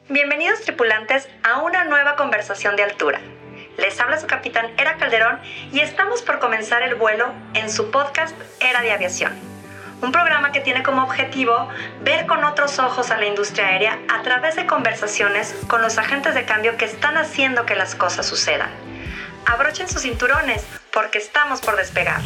Bienvenidos tripulantes a una nueva conversación de altura. Les habla su capitán Era Calderón y estamos por comenzar el vuelo en su podcast Era de Aviación. Un programa que tiene como objetivo ver con otros ojos a la industria aérea a través de conversaciones con los agentes de cambio que están haciendo que las cosas sucedan. Abrochen sus cinturones porque estamos por despegar.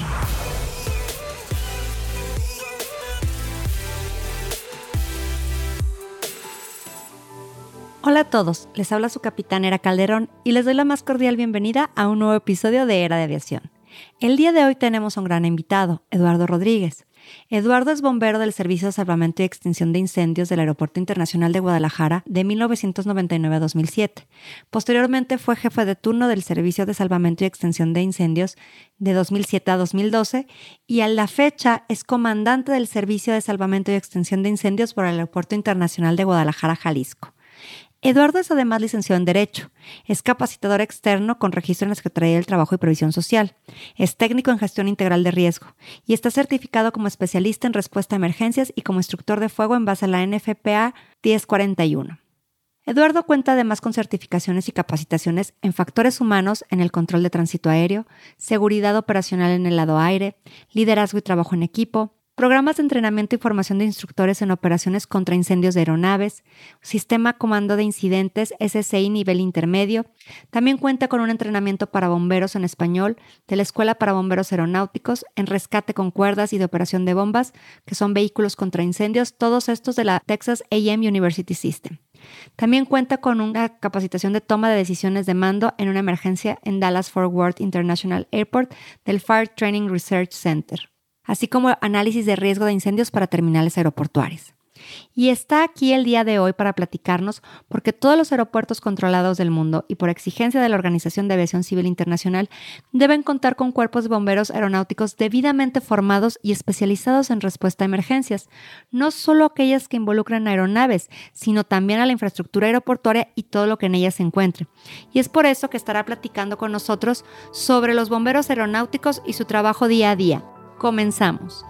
Hola a todos, les habla su capitán Era Calderón y les doy la más cordial bienvenida a un nuevo episodio de Era de Aviación. El día de hoy tenemos un gran invitado, Eduardo Rodríguez. Eduardo es bombero del Servicio de Salvamento y Extinción de Incendios del Aeropuerto Internacional de Guadalajara de 1999 a 2007. Posteriormente fue jefe de turno del Servicio de Salvamento y Extinción de Incendios de 2007 a 2012 y a la fecha es comandante del Servicio de Salvamento y Extinción de Incendios por el Aeropuerto Internacional de Guadalajara, Jalisco. Eduardo es además licenciado en Derecho, es capacitador externo con registro en la Secretaría del Trabajo y Previsión Social, es técnico en gestión integral de riesgo y está certificado como especialista en respuesta a emergencias y como instructor de fuego en base a la NFPA 1041. Eduardo cuenta además con certificaciones y capacitaciones en factores humanos en el control de tránsito aéreo, seguridad operacional en el lado aire, liderazgo y trabajo en equipo, programas de entrenamiento y formación de instructores en operaciones contra incendios de aeronaves, sistema comando de incidentes SCI nivel intermedio. También cuenta con un entrenamiento para bomberos en español de la Escuela para Bomberos Aeronáuticos en rescate con cuerdas y de operación de bombas, que son vehículos contra incendios, todos estos de la Texas A&M University System. También cuenta con una capacitación de toma de decisiones de mando en una emergencia en Dallas-Fort Worth International Airport del Fire Training Research Center, así como análisis de riesgo de incendios para terminales aeroportuarios. Y está aquí el día de hoy para platicarnos porque todos los aeropuertos controlados del mundo y por exigencia de la Organización de Aviación Civil Internacional deben contar con cuerpos de bomberos aeronáuticos debidamente formados y especializados en respuesta a emergencias, no solo aquellas que involucran aeronaves, sino también a la infraestructura aeroportuaria y todo lo que en ellas se encuentre. Y es por eso que estará platicando con nosotros sobre los bomberos aeronáuticos y su trabajo día a día. Comenzamos.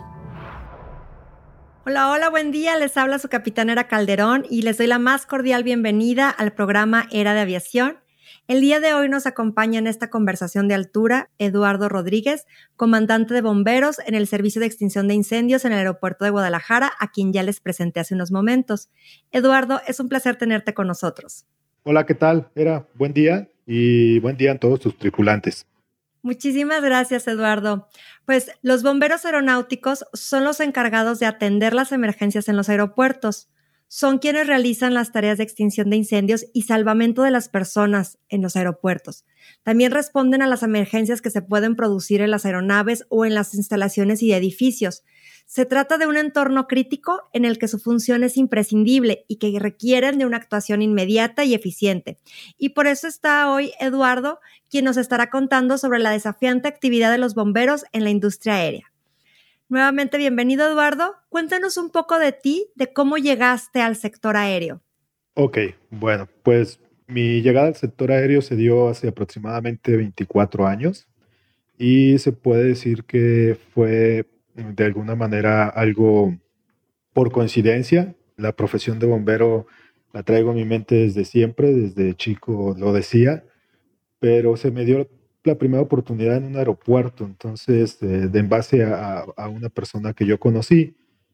Hola, buen día. Les habla su capitán Era Calderón y les doy la más cordial bienvenida al programa Era de Aviación. El día de hoy nos acompaña en esta conversación de altura Eduardo Rodríguez, comandante de bomberos en el Servicio de Extinción de Incendios en el Aeropuerto de Guadalajara, a quien ya les presenté hace unos momentos. Eduardo, es un placer tenerte con nosotros. Hola, ¿qué tal? Era buen día y buen día a todos tus tripulantes. Muchísimas gracias, Eduardo. Pues los bomberos aeronáuticos son los encargados de atender las emergencias en los aeropuertos. Son quienes realizan las tareas de extinción de incendios y salvamento de las personas en los aeropuertos. También responden a las emergencias que se pueden producir en las aeronaves o en las instalaciones y edificios. Se trata de un entorno crítico en el que su función es imprescindible y que requieren de una actuación inmediata y eficiente. Y por eso está hoy Eduardo, quien nos estará contando sobre la desafiante actividad de los bomberos en la industria aérea. Nuevamente, bienvenido, Eduardo. Cuéntanos un poco de ti, de cómo llegaste al sector aéreo. Ok, bueno, pues mi llegada al sector aéreo se dio hace aproximadamente 24 años y se puede decir que fue de alguna manera algo por coincidencia. La profesión de bombero la traigo en mi mente desde siempre, desde chico lo decía, pero se me dio la primera oportunidad en un aeropuerto, entonces de en base a una persona que yo conocí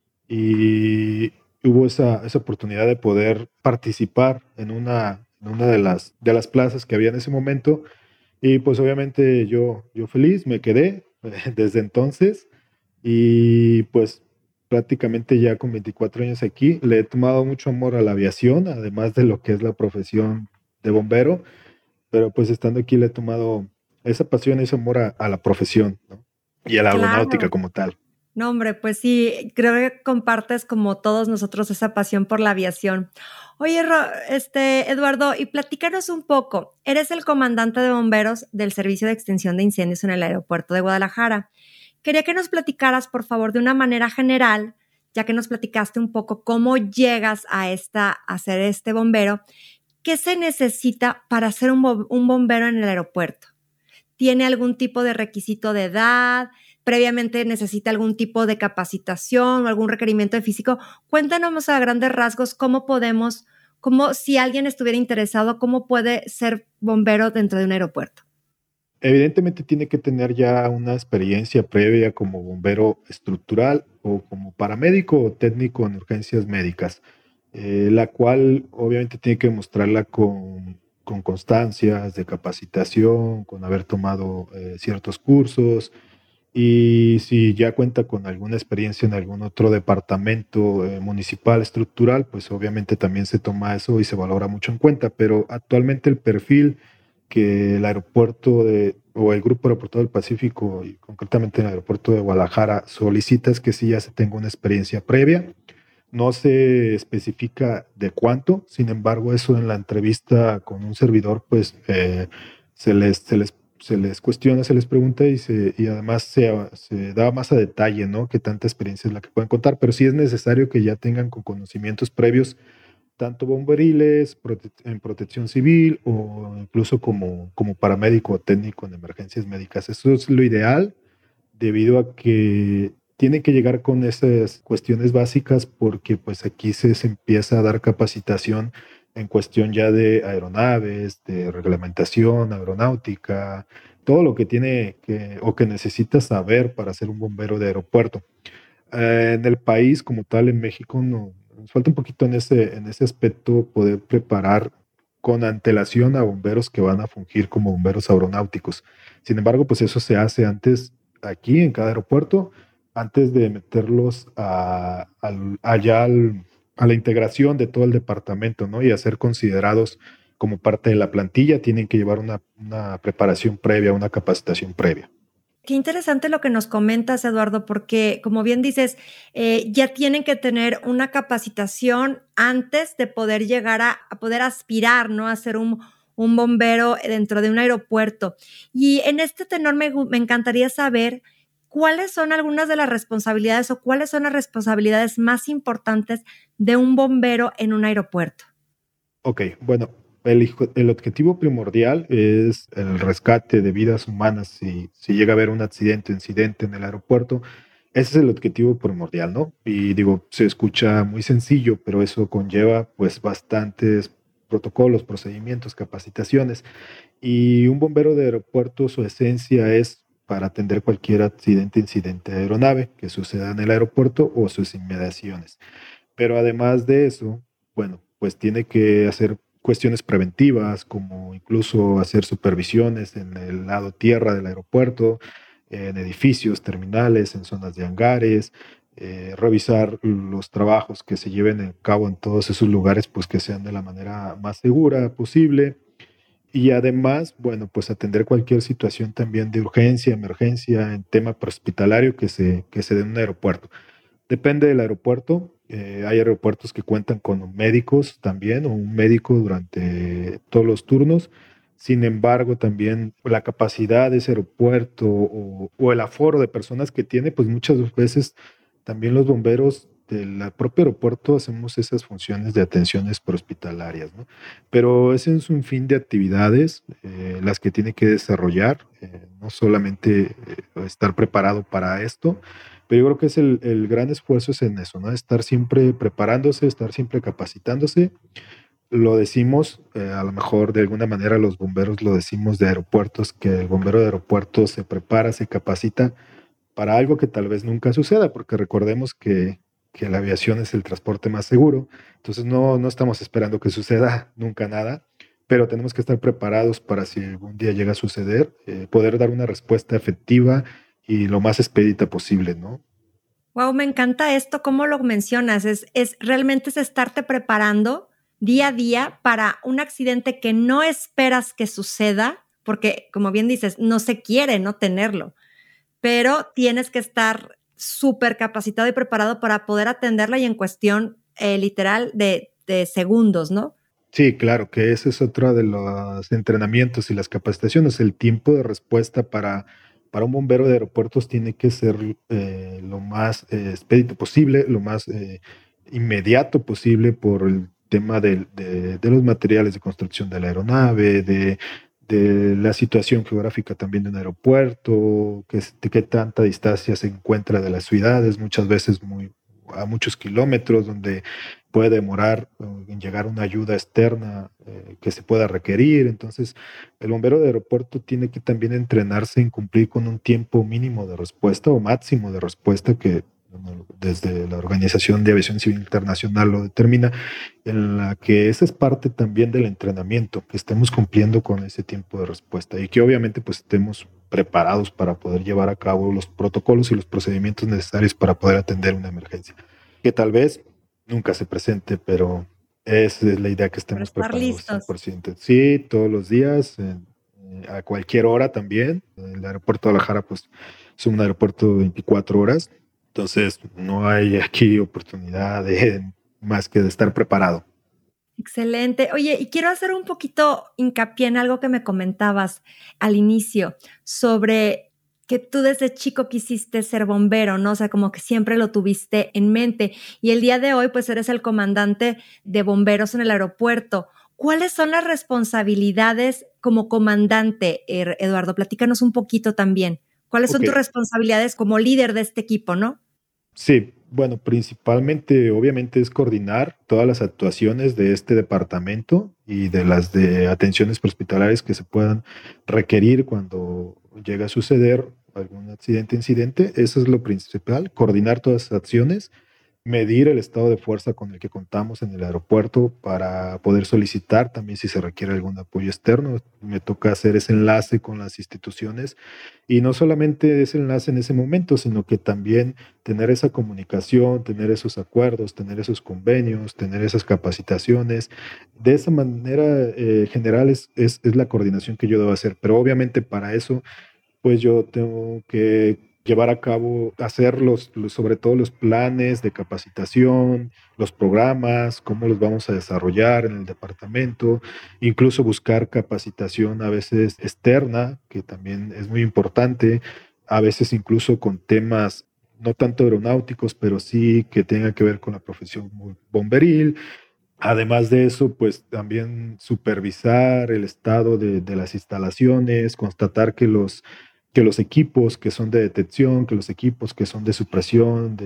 y hubo esa oportunidad de poder participar en una de las plazas que había en ese momento y pues obviamente yo feliz, me quedé desde entonces y pues prácticamente ya con 24 años aquí le he tomado mucho amor a la aviación, además de lo que es la profesión de bombero, pero pues estando aquí le he tomado esa pasión, ese amor a la profesión, ¿no? Y a la aeronáutica Claro. como tal. No, hombre, pues sí, creo que compartes como todos nosotros esa pasión por la aviación. Oye, Eduardo, y platícanos un poco. Eres el comandante de bomberos del Servicio de Extinción de Incendios en el Aeropuerto de Guadalajara. Quería que nos platicaras, por favor, de una manera general, ya que nos platicaste un poco cómo llegas a ser este bombero. ¿Qué se necesita para ser un bombero en el aeropuerto? ¿Tiene algún tipo de requisito de edad? ¿Previamente necesita algún tipo de capacitación o algún requerimiento de físico? Cuéntanos a grandes rasgos cómo podemos como si alguien estuviera interesado, ¿cómo puede ser bombero dentro de un aeropuerto? Evidentemente tiene que tener ya una experiencia previa como bombero estructural o como paramédico o técnico en urgencias médicas, la cual obviamente tiene que mostrarla con constancias de capacitación, con haber tomado ciertos cursos, y si ya cuenta con alguna experiencia en algún otro departamento municipal estructural, pues obviamente también se toma eso y se valora mucho en cuenta, pero actualmente el perfil que el aeropuerto o el Grupo Aeroportuario del Pacífico, y concretamente el aeropuerto de Guadalajara, solicita es que sí ya se tenga una experiencia previa. No se especifica de cuánto, sin embargo, eso en la entrevista con un servidor, pues se les cuestiona, se les pregunta y además se da más a detalle, ¿no? Qué tanta experiencia es la que pueden contar, pero sí es necesario que ya tengan con conocimientos previos tanto bomberiles, en protección civil o incluso como paramédico o técnico en emergencias médicas. Eso es lo ideal debido a que tienen que llegar con esas cuestiones básicas porque pues aquí se empieza a dar capacitación en cuestión ya de aeronaves, de reglamentación aeronáutica, todo lo que tiene que o que necesita saber para ser un bombero de aeropuerto. En el país como tal, en México, no, nos falta un poquito en ese aspecto poder preparar con antelación a bomberos que van a fungir como bomberos aeronáuticos. Sin embargo, pues eso se hace antes aquí en cada aeropuerto, antes de meterlos a la integración de todo el departamento, ¿no? Y a ser considerados como parte de la plantilla, tienen que llevar una preparación previa, una capacitación previa. Qué interesante lo que nos comentas, Eduardo, porque como bien dices, ya tienen que tener una capacitación antes de poder llegar a poder aspirar, ¿no? A ser un bombero dentro de un aeropuerto. Y en este tenor me encantaría saber cuáles son algunas de las responsabilidades o cuáles son las responsabilidades más importantes de un bombero en un aeropuerto. Ok, bueno, el objetivo primordial es el rescate de vidas humanas si llega a haber un accidente o incidente en el aeropuerto. Ese es el objetivo primordial, ¿no? Y digo, se escucha muy sencillo, pero eso conlleva pues bastantes protocolos, procedimientos, capacitaciones. Y un bombero de aeropuerto, su esencia es para atender cualquier accidente, incidente de aeronave que suceda en el aeropuerto o sus inmediaciones. Pero además de eso, bueno, pues tiene que hacer cuestiones preventivas, como incluso hacer supervisiones en el lado tierra del aeropuerto, en edificios, terminales, en zonas de hangares, revisar los trabajos que se lleven a cabo en todos esos lugares, pues que sean de la manera más segura posible. Y además, bueno, pues atender cualquier situación también de urgencia, emergencia en tema prehospitalario que se dé en un aeropuerto. Depende del aeropuerto. Hay aeropuertos que cuentan con médicos también, o un médico durante todos los turnos. Sin embargo, también la capacidad de ese aeropuerto o el aforo de personas que tiene, pues muchas veces también los bomberos del propio aeropuerto hacemos esas funciones de atenciones prehospitalarias, ¿no? Pero ese es un fin de actividades, las que tiene que desarrollar, no solamente estar preparado para esto, pero yo creo que es el gran esfuerzo es en eso, ¿no? Estar siempre preparándose, estar siempre capacitándose. Lo decimos, a lo mejor de alguna manera los bomberos lo decimos de aeropuertos, que el bombero de aeropuertos se prepara, se capacita para algo que tal vez nunca suceda, porque recordemos que la aviación es el transporte más seguro, entonces no estamos esperando que suceda nunca nada, pero tenemos que estar preparados para si algún día llega a suceder, poder dar una respuesta efectiva y lo más expedita posible, ¿no? Wow, me encanta esto, cómo lo mencionas, realmente es estarte preparando día a día para un accidente que no esperas que suceda, porque como bien dices, no se quiere no tenerlo, pero tienes que estar súper capacitado y preparado para poder atenderla y en cuestión literal de segundos, ¿no? Sí, claro, que ese es otro de los entrenamientos y las capacitaciones. El tiempo de respuesta para un bombero de aeropuertos tiene que ser lo más expedito posible, lo más inmediato posible por el tema de los materiales de construcción de la aeronave, de la situación geográfica también de un aeropuerto, de qué tanta distancia se encuentra de las ciudades, muchas veces muy, a muchos kilómetros, donde puede demorar en llegar una ayuda externa que se pueda requerir. Entonces, el bombero de aeropuerto tiene que también entrenarse en cumplir con un tiempo mínimo de respuesta o máximo de respuesta que bueno, desde la Organización de Aviación Civil Internacional lo determina, en la que esa es parte también del entrenamiento, que estemos cumpliendo con ese tiempo de respuesta y que obviamente pues estemos preparados para poder llevar a cabo los protocolos y los procedimientos necesarios para poder atender una emergencia, que tal vez nunca se presente, pero esa es la idea, que Para estemos estar preparados cien listos. por ciento. Sí, todos los días, a cualquier hora también. El aeropuerto de Guadalajara pues es un aeropuerto de 24 horas, entonces no hay aquí oportunidad de más que de estar preparado. Excelente. Oye, y quiero hacer un poquito hincapié en algo que me comentabas al inicio sobre que tú desde chico quisiste ser bombero, ¿no? O sea, como que siempre lo tuviste en mente y el día de hoy pues eres el comandante de bomberos en el aeropuerto. ¿Cuáles son las responsabilidades como comandante, Eduardo? Platícanos un poquito también. ¿Cuáles son Ok, tus responsabilidades como líder de este equipo, no? sí, bueno, principalmente obviamente es coordinar todas las actuaciones de este departamento y de las de atenciones prehospitalarias que se puedan requerir cuando llega a suceder algún accidente, incidente. Eso es lo principal, coordinar todas las acciones, medir el estado de fuerza con el que contamos en el aeropuerto para poder solicitar también si se requiere algún apoyo externo. Me toca hacer ese enlace con las instituciones y no solamente ese enlace en ese momento, sino que también tener esa comunicación, tener esos acuerdos, tener esos convenios, tener esas capacitaciones. De esa manera general es la coordinación que yo debo hacer, pero obviamente para eso pues yo tengo que llevar a cabo, hacer sobre todo los planes de capacitación, los programas, cómo los vamos a desarrollar en el departamento, incluso buscar capacitación a veces externa, que también es muy importante, a veces incluso con temas no tanto aeronáuticos, pero sí que tenga que ver con la profesión bomberil. Además de eso, pues también supervisar el estado de las instalaciones, constatar que los equipos que son de detección, que los equipos que son de supresión,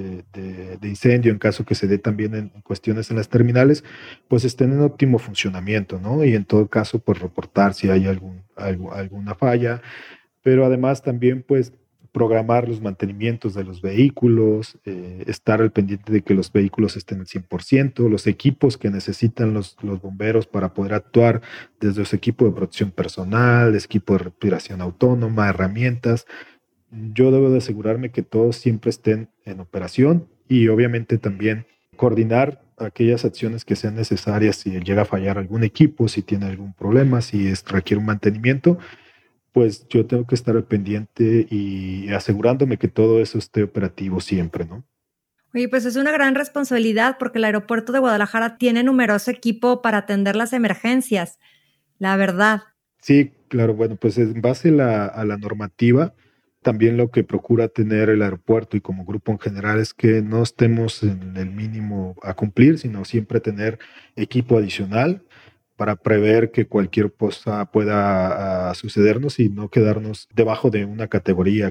de incendio, en caso que se dé también en cuestiones en las terminales, pues estén en óptimo funcionamiento, ¿no? Y en todo caso, pues reportar si hay alguna falla, pero además también pues programar los mantenimientos de los vehículos, estar al pendiente de que los vehículos estén al 100%, los equipos que necesitan los bomberos para poder actuar, desde los equipos de protección personal, equipo de respiración autónoma, herramientas. Yo debo de asegurarme que todos siempre estén en operación y obviamente también coordinar aquellas acciones que sean necesarias si llega a fallar algún equipo, si tiene algún problema, si requiere un mantenimiento, pues yo tengo que estar al pendiente y asegurándome que todo eso esté operativo siempre, ¿no? Oye, pues es una gran responsabilidad porque el aeropuerto de Guadalajara tiene numeroso equipo para atender las emergencias, la verdad. Sí, claro, bueno, pues en base a la normativa, también lo que procura tener el aeropuerto y como grupo en general es que no estemos en el mínimo a cumplir, sino siempre tener equipo adicional para prever que cualquier cosa pueda sucedernos y no quedarnos debajo de una categoría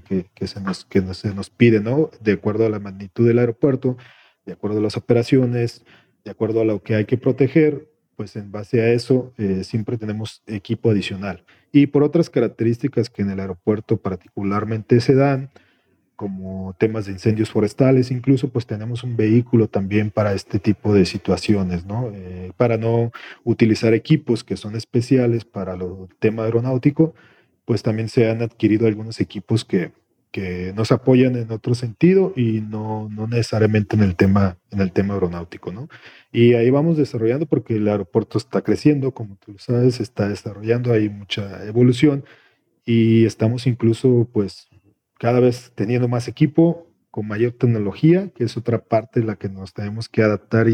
se nos pide, ¿no? De acuerdo a la magnitud del aeropuerto, de acuerdo a las operaciones, de acuerdo a lo que hay que proteger, pues en base a eso siempre tenemos equipo adicional. Y por otras características que en el aeropuerto particularmente se dan, como temas de incendios forestales, incluso pues tenemos un vehículo también para este tipo de situaciones, ¿no? Para no utilizar equipos que son especiales para el tema aeronáutico, pues también se han adquirido algunos equipos que nos apoyan en otro sentido y no necesariamente en el tema aeronáutico, ¿no? Y ahí vamos desarrollando porque el aeropuerto está creciendo, como tú lo sabes, se está desarrollando, hay mucha evolución y estamos incluso pues cada vez teniendo más equipo con mayor tecnología, que es otra parte en la que nos tenemos que adaptar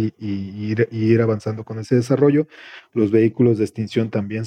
y ir avanzando con ese desarrollo. Los vehículos de extinción también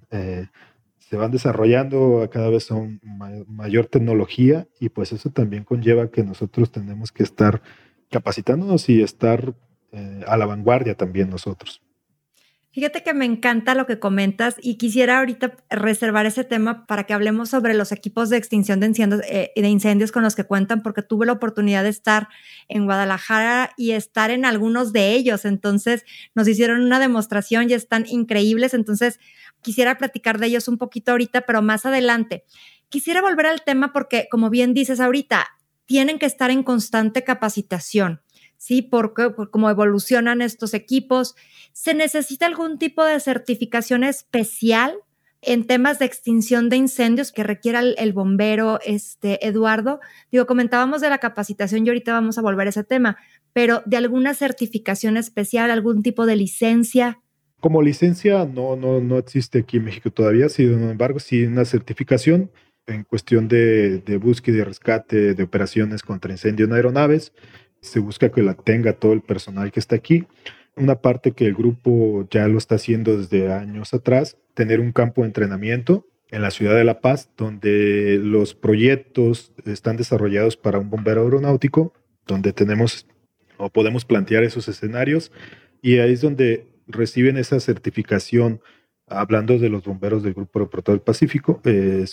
se van desarrollando, cada vez son mayor tecnología y pues eso también conlleva que nosotros tenemos que estar capacitándonos y estar a la vanguardia también nosotros. Fíjate que me encanta lo que comentas y quisiera ahorita reservar ese tema para que hablemos sobre los equipos de extinción de incendios con los que cuentan, porque tuve la oportunidad de estar en Guadalajara y estar en algunos de ellos. Entonces nos hicieron una demostración y están increíbles. Entonces quisiera platicar de ellos un poquito ahorita, pero más adelante. Quisiera volver al tema porque, como bien dices ahorita, tienen que estar en constante capacitación. ¿Sí? Por cómo evolucionan estos equipos. ¿Se necesita algún tipo de certificación especial en temas de extinción de incendios que requiera el bombero, Eduardo? Digo, comentábamos de la capacitación y ahorita vamos a volver a ese tema, pero ¿de alguna certificación especial, algún tipo de licencia? Como licencia no existe aquí en México todavía, sin embargo, sí una certificación en cuestión de búsqueda y rescate de operaciones contra incendio en aeronaves. Se busca que la tenga todo el personal que está aquí. Una parte que el grupo ya lo está haciendo desde años atrás, tener un campo de entrenamiento en la ciudad de La Paz, donde los proyectos están desarrollados para un bombero aeronáutico, donde tenemos o podemos plantear esos escenarios, y ahí es donde reciben esa certificación. Hablando de los bomberos del Grupo Aeroportuario del Pacífico,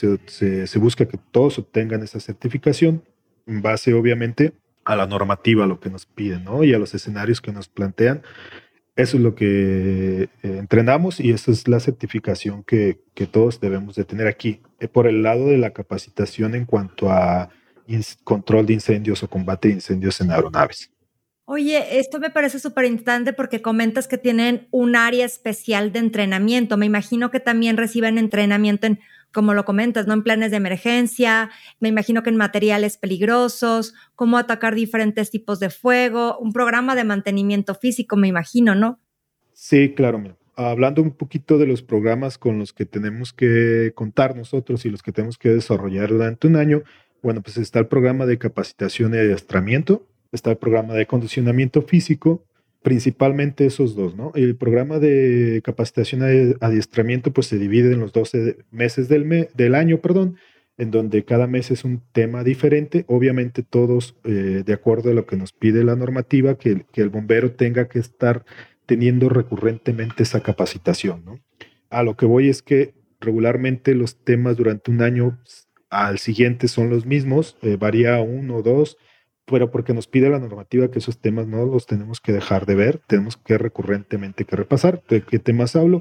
se busca que todos obtengan esa certificación en base, obviamente, a la normativa, a lo que nos piden, ¿no? Y a los escenarios que nos plantean. Eso es lo que entrenamos y esa es la certificación que todos debemos de tener aquí. Por el lado de la capacitación en cuanto a control de incendios o combate de incendios en aeronaves. Oye, esto me parece súper importante porque comentas que tienen un área especial de entrenamiento. Me imagino que también reciben entrenamiento en, como lo comentas, ¿no? En planes de emergencia, me imagino que en materiales peligrosos, cómo atacar diferentes tipos de fuego, un programa de mantenimiento físico, me imagino, ¿no? Sí, claro. Mira. Hablando un poquito de los programas con los que tenemos que contar nosotros y los que tenemos que desarrollar durante un año, bueno, pues está el programa de capacitación y adiestramiento, está el programa de acondicionamiento físico, principalmente esos dos, ¿no? El programa de capacitación y adiestramiento pues se divide en los 12 meses del año, perdón, en donde cada mes es un tema diferente, obviamente todos de acuerdo a lo que nos pide la normativa, que el bombero tenga que estar teniendo recurrentemente esa capacitación, ¿no? A lo que voy es que regularmente los temas durante un año al siguiente son los mismos, varía uno o dos, pero porque nos pide la normativa que esos temas no los tenemos que dejar de ver, tenemos que recurrentemente que repasar. ¿De qué temas hablo?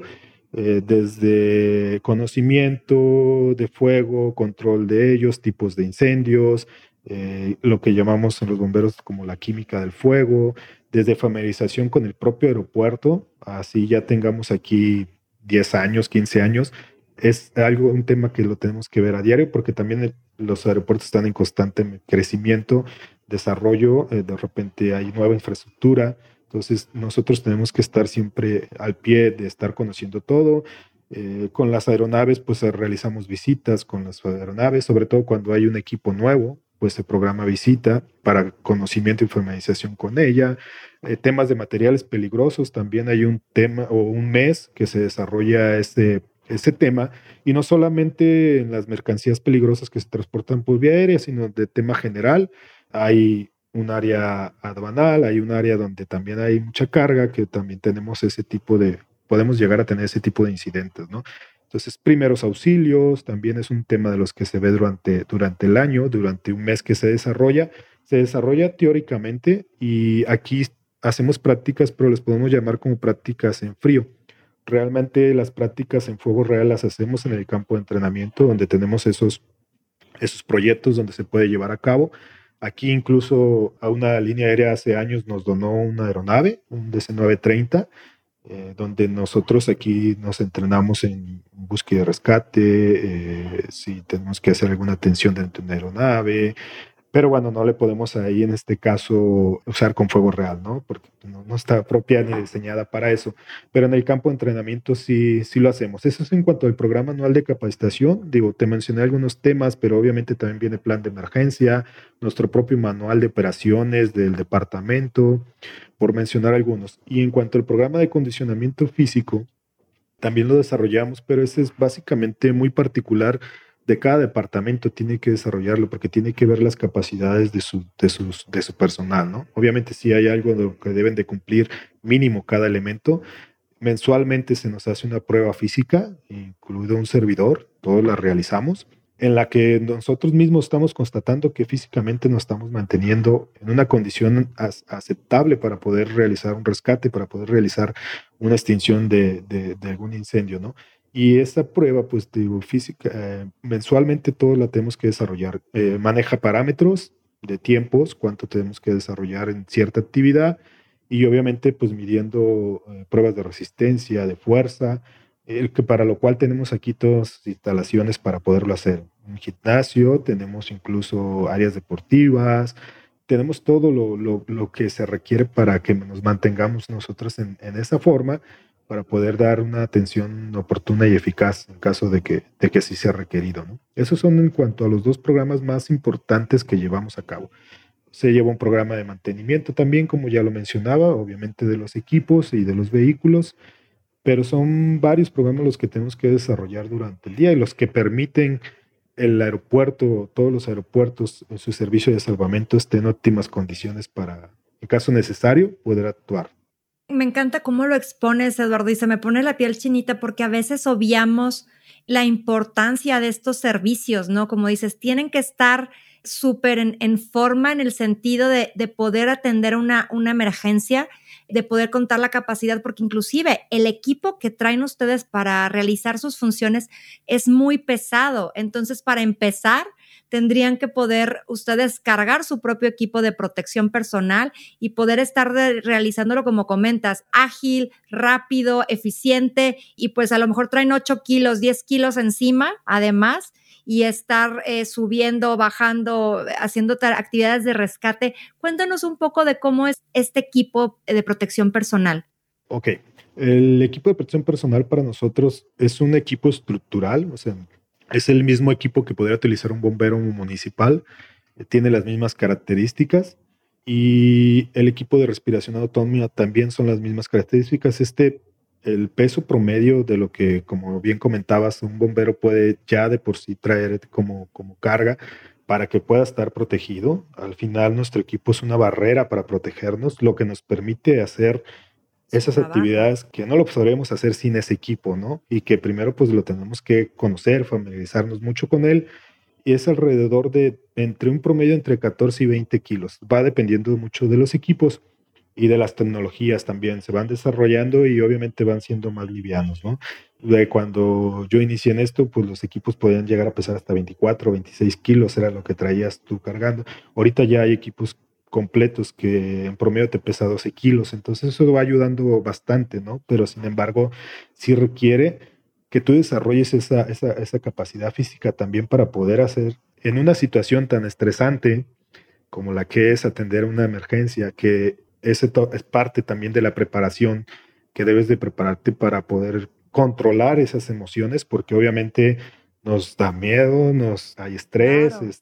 Desde conocimiento de fuego, control de ellos, tipos de incendios, lo que llamamos en los bomberos como la química del fuego, desde familiarización con el propio aeropuerto, así ya tengamos aquí 10 años, 15 años, es algo, un tema que lo tenemos que ver a diario porque también los aeropuertos están en constante crecimiento, desarrollo, de repente hay nueva infraestructura, entonces nosotros tenemos que estar siempre al pie de estar conociendo todo. Con las aeronaves, pues realizamos visitas con las aeronaves, sobre todo cuando hay un equipo nuevo, pues se programa visita para conocimiento y formalización con ella. Temas de materiales peligrosos, también hay un tema o un mes que se desarrolla ese tema, y no solamente en las mercancías peligrosas que se transportan por vía aérea, sino de tema general. Hay un área aduanal, hay un área donde también hay mucha carga, que también tenemos podemos llegar a tener ese tipo de incidentes, ¿no? Entonces, primeros auxilios, también es un tema de los que se ve durante el año, durante un mes que se desarrolla teóricamente y aquí hacemos prácticas, pero les podemos llamar como prácticas en frío. Realmente las prácticas en fuego real las hacemos en el campo de entrenamiento, donde tenemos esos proyectos donde se puede llevar a cabo. Aquí incluso a una línea aérea hace años nos donó una aeronave, un DC-930, donde nosotros aquí nos entrenamos en búsqueda y rescate, si tenemos que hacer alguna atención dentro de una aeronave, pero bueno, no le podemos ahí en este caso usar con fuego real, ¿no? Porque no está propia ni diseñada para eso. Pero en el campo de entrenamiento sí lo hacemos. Eso es en cuanto al programa anual de capacitación. Digo, te mencioné algunos temas, pero obviamente también viene plan de emergencia, nuestro propio manual de operaciones del departamento, por mencionar algunos. Y en cuanto al programa de condicionamiento físico, también lo desarrollamos, pero ese es básicamente muy particular de cada departamento, tiene que desarrollarlo porque tiene que ver las capacidades de su personal, ¿no? Obviamente sí hay algo de lo que deben de cumplir mínimo cada elemento, mensualmente se nos hace una prueba física, incluido un servidor, todos la realizamos, en la que nosotros mismos estamos constatando que físicamente nos estamos manteniendo en una condición aceptable para poder realizar un rescate, para poder realizar una extinción de algún incendio, ¿no? Y esa prueba, pues, digo, física, mensualmente todos la tenemos que desarrollar. Maneja parámetros de tiempos, cuánto tenemos que desarrollar en cierta actividad y obviamente, pues, midiendo pruebas de resistencia, de fuerza, que para lo cual tenemos aquí todas las instalaciones para poderlo hacer. Un gimnasio, tenemos incluso áreas deportivas, tenemos todo lo que se requiere para que nos mantengamos nosotros en esa forma para poder dar una atención oportuna y eficaz en caso de que sí sea requerido, ¿no? Esos son en cuanto a los dos programas más importantes que llevamos a cabo. Se lleva un programa de mantenimiento también, como ya lo mencionaba, obviamente de los equipos y de los vehículos, pero son varios programas los que tenemos que desarrollar durante el día y los que permiten el aeropuerto, todos los aeropuertos en su servicio de salvamento estén en óptimas condiciones para, en caso necesario, poder actuar. Me encanta cómo lo expones, Eduardo, y se me pone la piel chinita porque a veces obviamos la importancia de estos servicios, ¿no? Como dices, tienen que estar súper en forma en el sentido de poder atender una emergencia, de poder contar la capacidad, porque inclusive el equipo que traen ustedes para realizar sus funciones es muy pesado. Entonces, para empezar, tendrían que poder ustedes cargar su propio equipo de protección personal y poder estar realizándolo, como comentas, ágil, rápido, eficiente, y pues a lo mejor traen 8 kilos, 10 kilos encima, además, y estar subiendo, bajando, haciendo actividades de rescate. Cuéntanos un poco de cómo es este equipo de protección personal. Ok, el equipo de protección personal para nosotros es un equipo estructural, o sea, es el mismo equipo que podría utilizar un bombero municipal, tiene las mismas características y el equipo de respiración autónoma también son las mismas características. El peso promedio de lo que, como bien comentabas, un bombero puede ya de por sí traer como carga para que pueda estar protegido. Al final, nuestro equipo es una barrera para protegernos, lo que nos permite hacer esas actividades que no lo podríamos hacer sin ese equipo, ¿no? Y que primero pues lo tenemos que conocer, familiarizarnos mucho con él y es alrededor de entre un promedio entre 14 y 20 kilos. Va dependiendo mucho de los equipos y de las tecnologías también. Se van desarrollando y obviamente van siendo más livianos, ¿no? De cuando yo inicié en esto, pues los equipos podían llegar a pesar hasta 24 o 26 kilos, era lo que traías tú cargando. Ahorita ya hay equipos completos que en promedio te pesa 12 kilos, entonces eso va ayudando bastante, ¿no? Pero sin embargo, sí requiere que tú desarrolles esa capacidad física también para poder hacer en una situación tan estresante como la que es atender una emergencia, que es parte también de la preparación que debes de prepararte para poder controlar esas emociones, porque obviamente nos da miedo, hay estrés, Claro.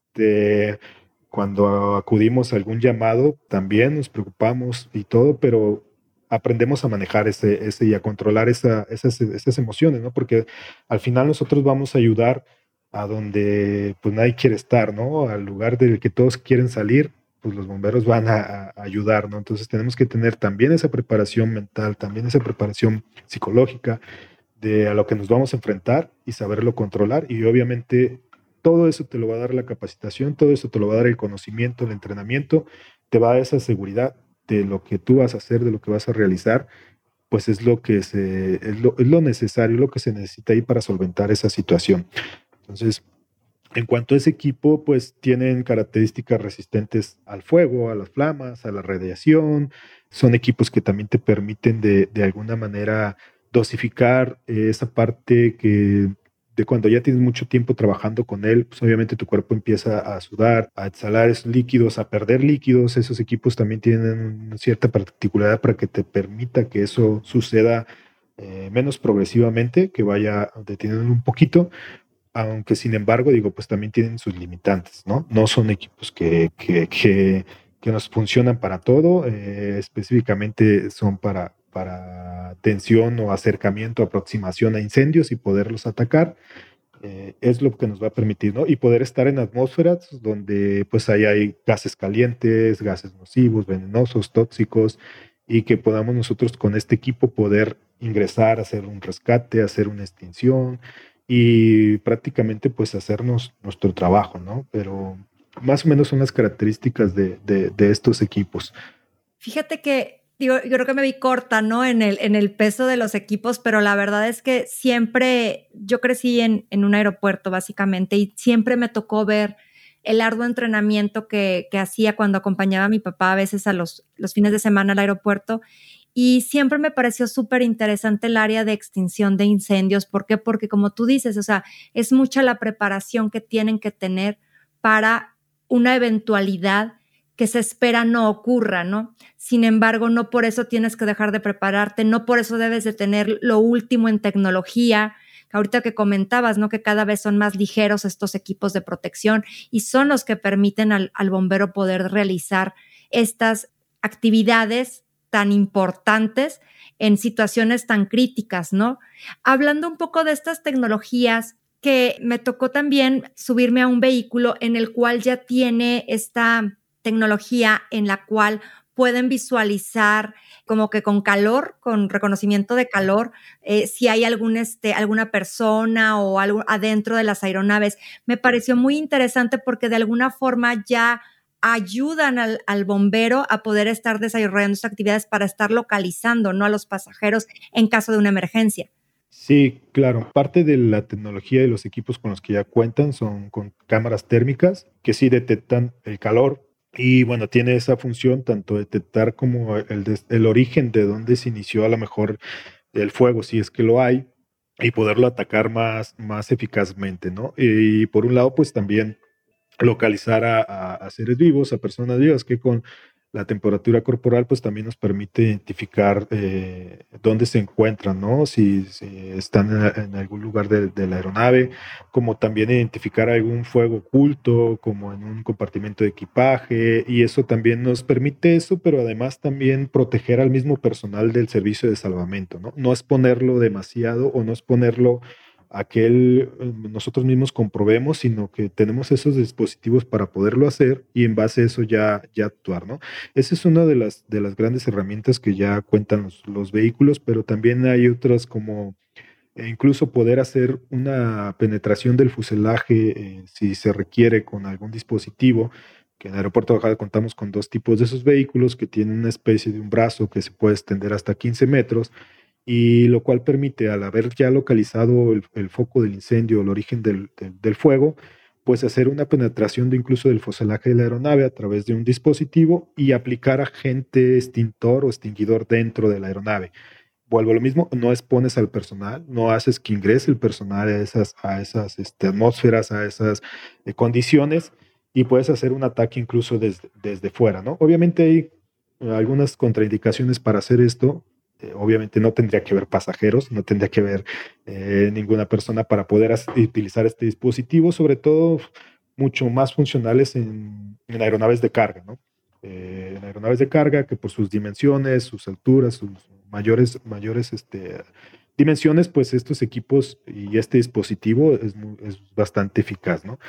Cuando acudimos a algún llamado también nos preocupamos y todo, pero aprendemos a manejar ese y a controlar esas emociones, ¿no? Porque al final nosotros vamos a ayudar a donde pues nadie quiere estar, ¿no? Al lugar del que todos quieren salir, pues los bomberos van a ayudar, ¿no? Entonces tenemos que tener también esa preparación mental, también esa preparación psicológica de a lo que nos vamos a enfrentar y saberlo controlar y obviamente todo eso te lo va a dar la capacitación, todo eso te lo va a dar el conocimiento, el entrenamiento, te va a dar esa seguridad de lo que tú vas a hacer, de lo que vas a realizar, pues es lo necesario, lo que se necesita ahí para solventar esa situación. Entonces, en cuanto a ese equipo, pues tienen características resistentes al fuego, a las flamas, a la radiación. Son equipos que también te permiten de alguna manera dosificar esa parte que de cuando ya tienes mucho tiempo trabajando con él, pues obviamente tu cuerpo empieza a sudar, a exhalar esos líquidos, a perder líquidos. Esos equipos también tienen una cierta particularidad para que te permita que eso suceda menos progresivamente, que vaya deteniendo un poquito, aunque sin embargo, digo, pues también tienen sus limitantes, ¿no? No son equipos que nos funcionan para todo, específicamente son para atención o acercamiento, aproximación a incendios y poderlos atacar. Es lo que nos va a permitir, ¿no? Y poder estar en atmósferas donde pues ahí hay gases calientes, gases nocivos, venenosos, tóxicos, y que podamos nosotros con este equipo poder ingresar, hacer un rescate, hacer una extinción y prácticamente pues hacernos nuestro trabajo, ¿no? Pero más o menos son las características de estos equipos. Fíjate que digo, yo creo que me vi corta, ¿no? En el peso de los equipos, pero la verdad es que siempre, yo crecí en un aeropuerto básicamente y siempre me tocó ver el arduo entrenamiento que hacía cuando acompañaba a mi papá a veces a los fines de semana al aeropuerto. Y siempre me pareció súper interesante el área de extinción de incendios. ¿Por qué? Porque como tú dices, o sea, es mucha la preparación que tienen que tener para una eventualidad que se espera no ocurra, ¿no? Sin embargo, no por eso tienes que dejar de prepararte, no por eso debes de tener lo último en tecnología. Ahorita que comentabas, ¿no? Que cada vez son más ligeros estos equipos de protección y son los que permiten al bombero poder realizar estas actividades tan importantes en situaciones tan críticas, ¿no? Hablando un poco de estas tecnologías, que me tocó también subirme a un vehículo en el cual ya tiene esta tecnología en la cual pueden visualizar como que con calor, con reconocimiento de calor, si hay alguna persona o algo adentro de las aeronaves. Me pareció muy interesante porque de alguna forma ya ayudan al bombero a poder estar desarrollando sus actividades para estar localizando, ¿no? A los pasajeros en caso de una emergencia. Sí, claro. Parte de la tecnología y los equipos con los que ya cuentan son con cámaras térmicas que sí detectan el calor y bueno, tiene esa función tanto detectar como el origen de dónde se inició a lo mejor el fuego, si es que lo hay, y poderlo atacar más eficazmente, ¿no? Y por un lado, pues también localizar a seres vivos, a personas vivas, que con la temperatura corporal pues también nos permite identificar dónde se encuentran, ¿no? Si están en algún lugar de la aeronave, como también identificar algún fuego oculto, como en un compartimento de equipaje, y eso también nos permite eso, pero además también proteger al mismo personal del servicio de salvamento, ¿no? No exponerlo demasiado o no exponerlo a que nosotros mismos comprobemos, sino que tenemos esos dispositivos para poderlo hacer y en base a eso ya actuar, ¿no? Esa es una de las grandes herramientas que ya cuentan los vehículos, pero también hay otras como incluso poder hacer una penetración del fuselaje si se requiere con algún dispositivo, que en el aeropuerto de Oaxaca contamos con dos tipos de esos vehículos que tienen una especie de un brazo que se puede extender hasta 15 metros y lo cual permite, al haber ya localizado el foco del incendio, el origen del fuego, pues hacer una penetración incluso del fuselaje de la aeronave a través de un dispositivo y aplicar agente extintor o extinguidor dentro de la aeronave. Vuelvo a lo mismo, no expones al personal, no haces que ingrese el personal a esas atmósferas, a esas condiciones y puedes hacer un ataque incluso desde fuera, ¿no? Obviamente hay algunas contraindicaciones para hacer esto. Obviamente no tendría que haber pasajeros, no tendría que haber ninguna persona para poder utilizar este dispositivo, sobre todo mucho más funcionales en aeronaves de carga, ¿no? En aeronaves de carga que por sus dimensiones, sus alturas, sus mayores dimensiones, pues estos equipos y este dispositivo es bastante eficaz, ¿no?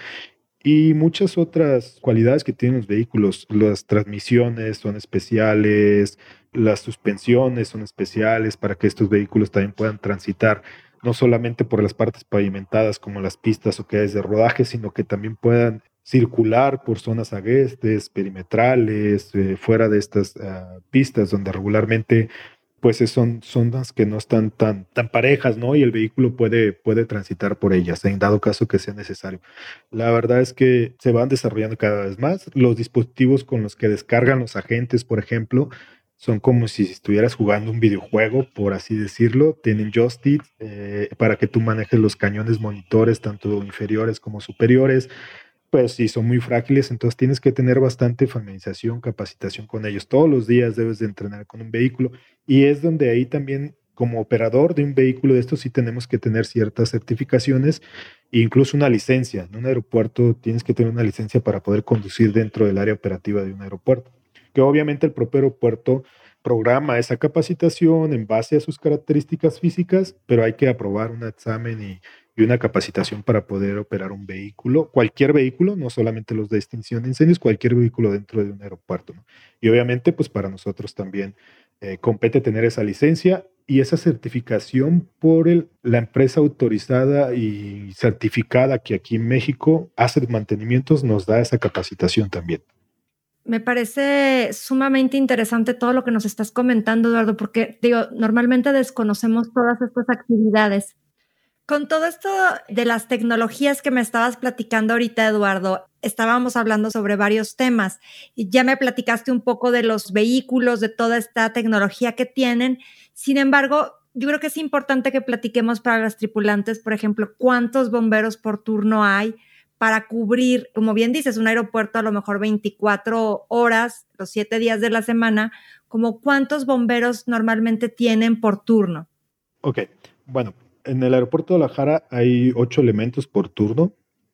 Y muchas otras cualidades que tienen los vehículos. Las transmisiones son especiales, las suspensiones son especiales para que estos vehículos también puedan transitar no solamente por las partes pavimentadas como las pistas o calles de rodaje, sino que también puedan circular por zonas agrestes, perimetrales, fuera de estas pistas donde regularmente pues son zonas que no están tan parejas, ¿no? Y el vehículo puede transitar por ellas en dado caso que sea necesario. La verdad es que se van desarrollando cada vez más. Los dispositivos con los que descargan los agentes, por ejemplo, son como si estuvieras jugando un videojuego, por así decirlo. Tienen joysticks para que tú manejes los cañones monitores, tanto inferiores como superiores. Pues sí, son muy frágiles, entonces tienes que tener bastante familiarización, capacitación con ellos. Todos los días debes de entrenar con un vehículo y es donde ahí también como operador de un vehículo de estos sí tenemos que tener ciertas certificaciones e incluso una licencia. En un aeropuerto tienes que tener una licencia para poder conducir dentro del área operativa de un aeropuerto, que obviamente el propio aeropuerto programa esa capacitación en base a sus características físicas, pero hay que aprobar un examen y una capacitación para poder operar un vehículo, cualquier vehículo, no solamente los de extinción de incendios, cualquier vehículo dentro de un aeropuerto, ¿no? Y obviamente, pues para nosotros también compete tener esa licencia y esa certificación por la empresa autorizada y certificada que aquí en México hace mantenimientos nos da esa capacitación también. Me parece sumamente interesante todo lo que nos estás comentando, Eduardo, porque digo, normalmente desconocemos todas estas actividades. Con todo esto de las tecnologías que me estabas platicando ahorita, Eduardo, estábamos hablando sobre varios temas y ya me platicaste un poco de los vehículos, de toda esta tecnología que tienen. Sin embargo, yo creo que es importante que platiquemos para las tripulantes, por ejemplo, cuántos bomberos por turno hay para cubrir, como bien dices, un aeropuerto a lo mejor 24 horas, los 7 días de la semana, como cuántos bomberos normalmente tienen por turno. Ok, bueno, en el aeropuerto de Guadalajara hay 8 elementos por turno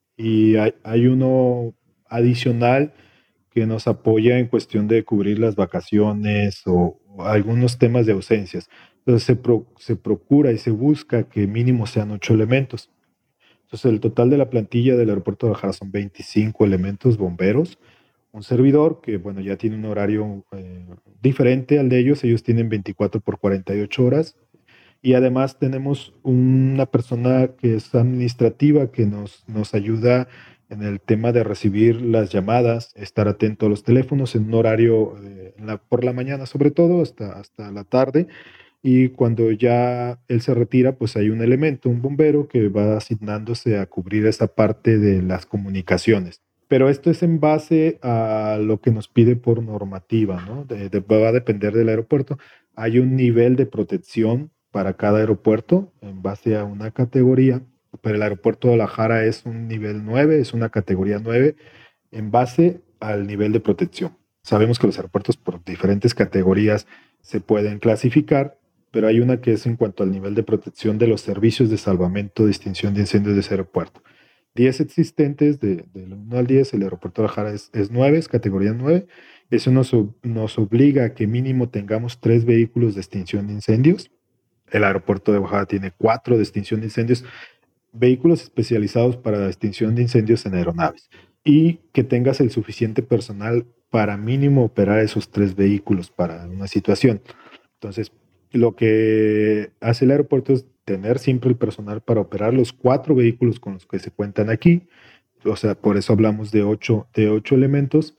y hay uno adicional que nos apoya en cuestión de cubrir las vacaciones o algunos temas de ausencias. Entonces se procura y se busca que mínimo sean 8 elementos. Entonces el total de la plantilla del aeropuerto de Guadalajara son 25 elementos bomberos. Un servidor que, bueno, ya tiene un horario diferente al de ellos. Ellos tienen 24 por 48 horas. Y además tenemos una persona que es administrativa que nos ayuda en el tema de recibir las llamadas, estar atento a los teléfonos en un horario por la mañana sobre todo, hasta la tarde. Y cuando ya él se retira, pues hay un elemento, un bombero que va asignándose a cubrir esa parte de las comunicaciones. Pero esto es en base a lo que nos pide por normativa, ¿no? Va a depender del aeropuerto. Hay un nivel de protección para cada aeropuerto en base a una categoría, pero el aeropuerto de Guadalajara es un nivel 9, es una categoría 9 en base al nivel de protección. Sabemos que los aeropuertos por diferentes categorías se pueden clasificar, pero hay una que es en cuanto al nivel de protección de los servicios de salvamento, de extinción de incendios de ese aeropuerto. 10 existentes, del 1 al 10, el aeropuerto de Guadalajara es 9, es categoría 9. Eso nos obliga a que mínimo tengamos 3 vehículos de extinción de incendios. El aeropuerto de Guadalajara tiene 4 de extinción de incendios, vehículos especializados para la extinción de incendios en aeronaves. Y que tengas el suficiente personal para mínimo operar esos 3 vehículos para una situación. Entonces, lo que hace el aeropuerto es tener siempre el personal para operar los 4 vehículos con los que se cuentan aquí. O sea, por eso hablamos de 8 elementos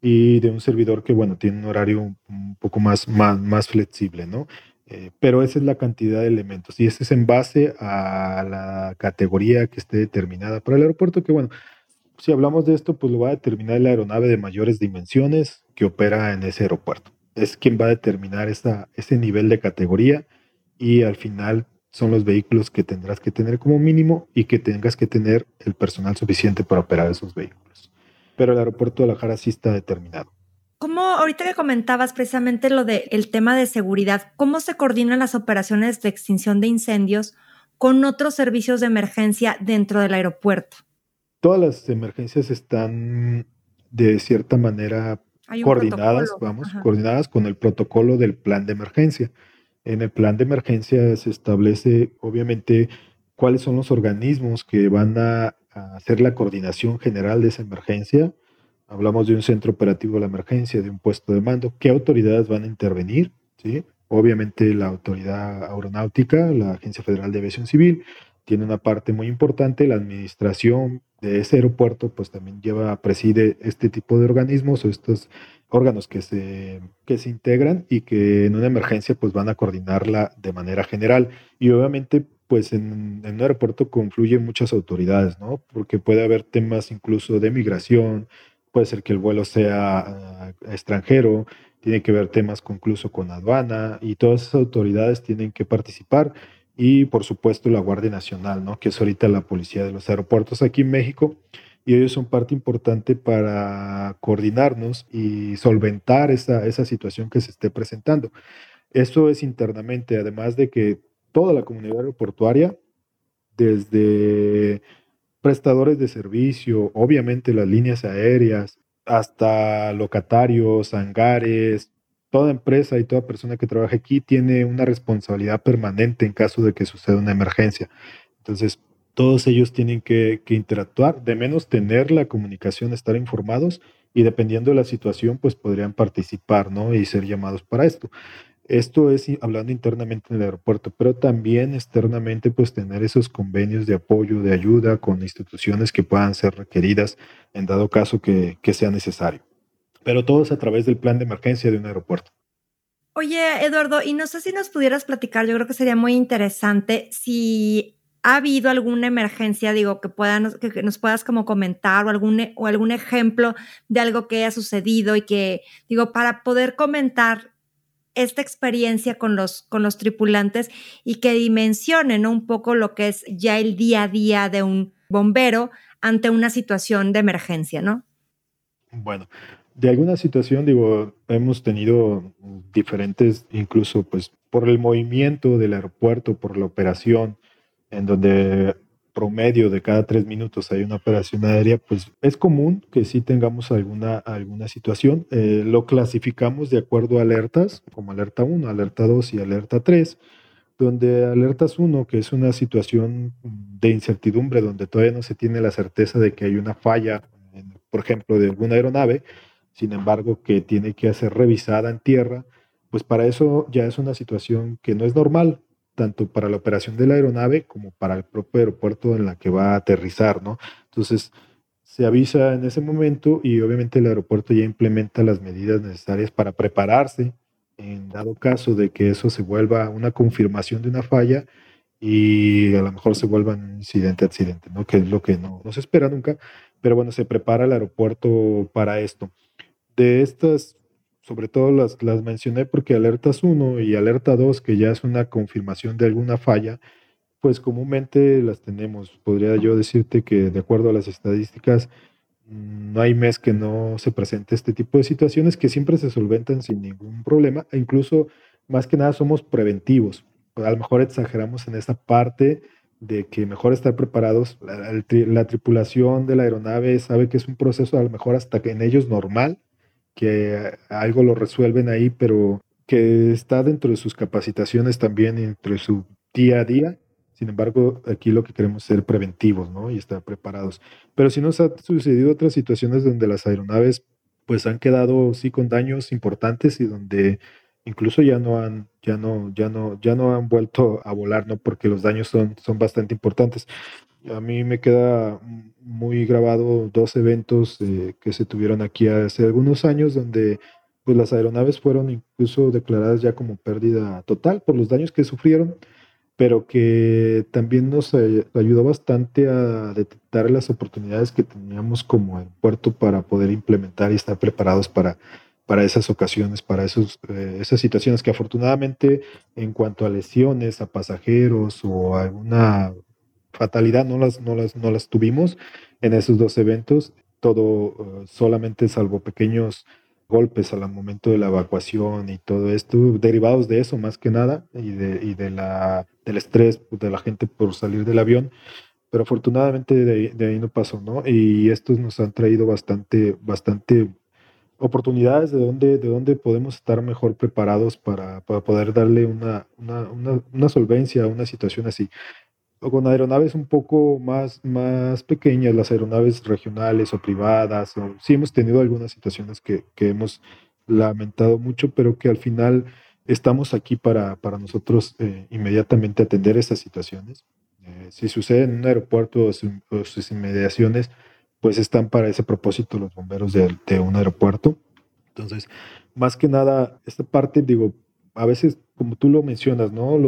y de un servidor que, bueno, tiene un horario un poco más flexible, ¿no? Pero esa es la cantidad de elementos y ese es en base a la categoría que esté determinada para el aeropuerto, que, bueno, si hablamos de esto, pues lo va a determinar la aeronave de mayores dimensiones que opera en ese aeropuerto. Es quien va a determinar ese nivel de categoría y al final son los vehículos que tendrás que tener como mínimo y que tengas que tener el personal suficiente para operar esos vehículos. Pero el aeropuerto de Guadalajara sí está determinado. ¿Cómo, ahorita que comentabas precisamente lo del tema de seguridad, cómo se coordinan las operaciones de extinción de incendios con otros servicios de emergencia dentro del aeropuerto? Todas las emergencias están de cierta manera coordinadas, coordinadas con el protocolo del plan de emergencia. En el plan de emergencia se establece, obviamente, cuáles son los organismos que van a hacer la coordinación general de esa emergencia. Hablamos de un centro operativo de la emergencia, de un puesto de mando, qué autoridades van a intervenir, ¿sí? Obviamente la autoridad aeronáutica, la Agencia Federal de Aviación Civil, tiene una parte muy importante. La administración de ese aeropuerto, pues también preside este tipo de organismos o estos órganos que se integran y que en una emergencia pues van a coordinarla de manera general. Y obviamente pues en un aeropuerto confluyen muchas autoridades, ¿no? Porque puede haber temas incluso de migración, puede ser que el vuelo sea extranjero, tiene que ver temas incluso con aduana y todas esas autoridades tienen que participar y por supuesto la Guardia Nacional, ¿no? Que es ahorita la policía de los aeropuertos aquí en México y ellos son parte importante para coordinarnos y solventar esa situación que se esté presentando. Eso es internamente, además de que toda la comunidad aeroportuaria, desde prestadores de servicio, obviamente las líneas aéreas, hasta locatarios, hangares, toda empresa y toda persona que trabaja aquí tiene una responsabilidad permanente en caso de que suceda una emergencia. Entonces, todos ellos tienen que interactuar, de menos tener la comunicación, estar informados y dependiendo de la situación, pues podrían participar, ¿no? Y ser llamados para esto. Esto es hablando internamente en el aeropuerto, pero también externamente, pues tener esos convenios de apoyo, de ayuda con instituciones que puedan ser requeridas en dado caso que sea necesario. Pero todo es a través del plan de emergencia de un aeropuerto. Oye, Eduardo, y no sé si nos pudieras platicar, yo creo que sería muy interesante si ha habido alguna emergencia, digo, que nos puedas como comentar o algún ejemplo de algo que haya sucedido y que, digo, para poder comentar esta experiencia con los tripulantes y que dimensionen, ¿no? Un poco lo que es ya el día a día de un bombero ante una situación de emergencia, ¿no? Bueno, de alguna situación, digo, hemos tenido diferentes, incluso pues por el movimiento del aeropuerto, por la operación, en donde promedio de cada 3 minutos hay una operación aérea, pues es común que sí tengamos alguna situación. Lo clasificamos de acuerdo a alertas, como alerta uno, alerta 2 y alerta 3, donde alertas uno, que es una situación de incertidumbre, donde todavía no se tiene la certeza de que hay una falla, por ejemplo, de alguna aeronave, sin embargo, que tiene que ser revisada en tierra, pues para eso ya es una situación que no es normal, tanto para la operación de la aeronave como para el propio aeropuerto en la que va a aterrizar, ¿no? Entonces, se avisa en ese momento y obviamente el aeropuerto ya implementa las medidas necesarias para prepararse en dado caso de que eso se vuelva una confirmación de una falla y a lo mejor se vuelva un accidente, ¿no? Que es lo que no se espera nunca, pero bueno, se prepara el aeropuerto para esto. De estas, sobre todo las mencioné porque alertas uno y alerta 2, que ya es una confirmación de alguna falla, pues comúnmente las tenemos. Podría yo decirte que de acuerdo a las estadísticas, no hay mes que no se presente este tipo de situaciones que siempre se solventan sin ningún problema e incluso más que nada somos preventivos. A lo mejor exageramos en esa parte de que mejor estar preparados. La tripulación de la aeronave sabe que es un proceso a lo mejor hasta que en ellos normal, que algo lo resuelven ahí, pero que está dentro de sus capacitaciones también, dentro de su día a día. Sin embargo, aquí lo que queremos es ser preventivos, ¿no? Y estar preparados. Pero sí nos ha sucedido otras situaciones donde las aeronaves pues han quedado sí con daños importantes y donde incluso ya no han vuelto a volar, ¿no? Porque los daños son bastante importantes. A mí me queda muy grabado dos eventos que se tuvieron aquí hace algunos años donde pues las aeronaves fueron incluso declaradas ya como pérdida total por los daños que sufrieron, pero que también nos ayudó bastante a detectar las oportunidades que teníamos como aeropuerto para poder implementar y estar preparados para esas ocasiones, para esas situaciones que afortunadamente en cuanto a lesiones a pasajeros o alguna fatalidad no las tuvimos en esos dos eventos. Todo solamente salvo pequeños golpes al momento de la evacuación y todo esto, derivados de eso más que nada del estrés de la gente por salir del avión, pero afortunadamente de ahí no pasó, ¿no? Y estos nos han traído bastante oportunidades de donde podemos estar mejor preparados para poder darle una solvencia a una situación así o con aeronaves un poco más pequeñas, las aeronaves regionales o privadas. Sí hemos tenido algunas situaciones que hemos lamentado mucho, pero que al final estamos aquí para nosotros inmediatamente atender esas situaciones. Si sucede en un aeropuerto o sus inmediaciones, pues están para ese propósito los bomberos de un aeropuerto. Entonces, más que nada, esta parte, digo, a veces, como tú lo mencionas, ¿no?